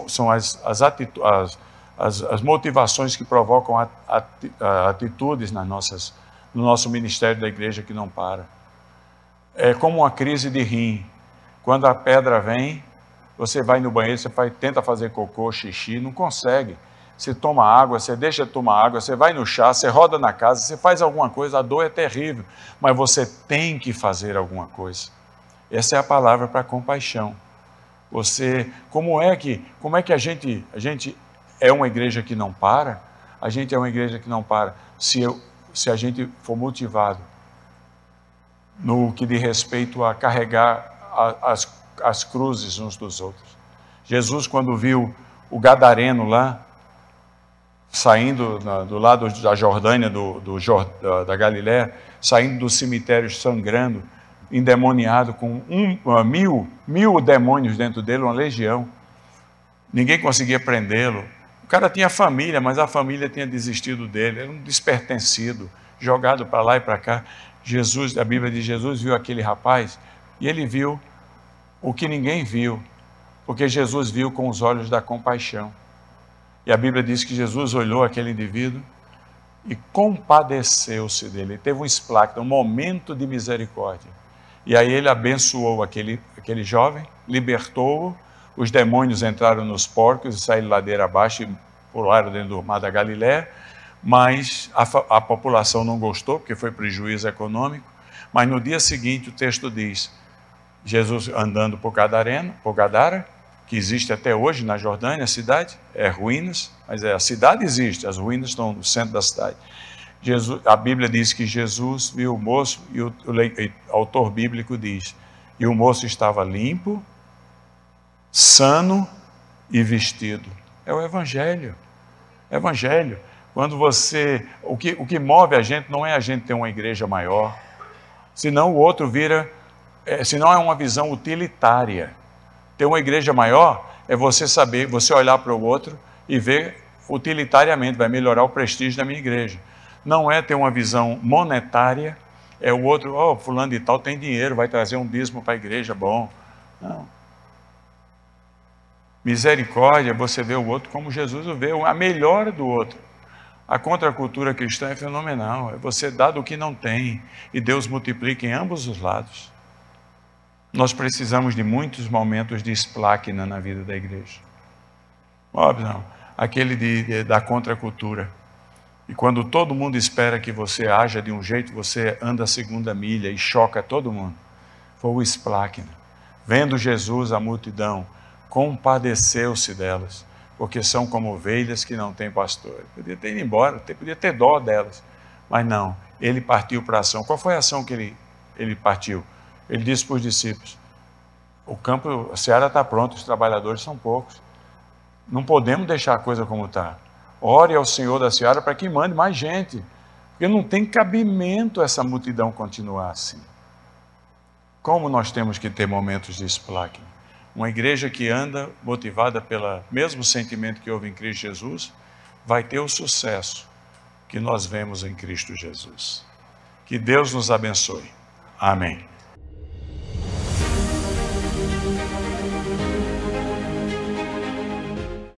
as motivações que provocam atitudes no nosso ministério da igreja que não para. É como uma crise de rim. Quando a pedra vem, você vai no banheiro, tenta fazer cocô, xixi, não consegue. Você toma água, você deixa de tomar água, você vai no chá, você roda na casa, você faz alguma coisa, a dor é terrível, mas você tem que fazer alguma coisa. Essa é a palavra para compaixão. Como é que a gente é uma igreja que não para? A gente é uma igreja que não para se a gente for motivado no que diz respeito a carregar as cruzes uns dos outros. Jesus, quando viu o gadareno lá, saindo do lado da Jordânia, da Galiléia, saindo do cemitério sangrando, endemoniado, com mil demônios dentro dele, uma legião. Ninguém conseguia prendê-lo. O cara tinha família, mas a família tinha desistido dele, era um despertencido, jogado para lá e para cá. A Bíblia diz, Jesus viu aquele rapaz e ele viu o que ninguém viu, porque Jesus viu com os olhos da compaixão. E a Bíblia diz que Jesus olhou aquele indivíduo e compadeceu-se dele. Ele teve um esplacno, um momento de misericórdia. E aí ele abençoou aquele jovem, libertou-o, os demônios entraram nos porcos e saíram ladeira abaixo e pularam dentro do mar da Galiléia, mas a população não gostou, porque foi prejuízo econômico. Mas no dia seguinte o texto diz, Jesus andando por Gadara, que existe até hoje na Jordânia, a cidade, é ruínas, mas a cidade existe, as ruínas estão no centro da cidade. A Bíblia diz que Jesus viu o moço, e o autor bíblico diz, e o moço estava limpo, sano e vestido. É o Evangelho. Evangelho. Quando o que move a gente não é a gente ter uma igreja maior, senão o outro senão é uma visão utilitária. Ter uma igreja maior é você olhar para o outro e ver utilitariamente, vai melhorar o prestígio da minha igreja. Não é ter uma visão monetária, é o outro, fulano de tal tem dinheiro, vai trazer um dízimo para a igreja, bom. Não. Misericórdia, você vê o outro como Jesus o vê, a melhora do outro. A contracultura cristã é fenomenal, é você dar do que não tem, e Deus multiplica em ambos os lados. Nós precisamos de muitos momentos de esplacna na vida da igreja. Óbvio não, aquele da contracultura. E quando todo mundo espera que você haja de um jeito, você anda a segunda milha e choca todo mundo. Foi o esplacna. Vendo Jesus, a multidão, compadeceu-se delas, porque são como ovelhas que não têm pastor. Podia ter ido embora, podia ter dó delas, mas não, ele partiu para a ação. Qual foi a ação que ele partiu? Ele disse para os discípulos, a seara está pronta, os trabalhadores são poucos. Não podemos deixar a coisa como está. Ore ao Senhor da seara para que mande mais gente, porque não tem cabimento essa multidão continuar assim. Como nós temos que ter momentos de esplacna? Uma igreja que anda motivada pelo mesmo sentimento que houve em Cristo Jesus, vai ter o sucesso que nós vemos em Cristo Jesus. Que Deus nos abençoe. Amém.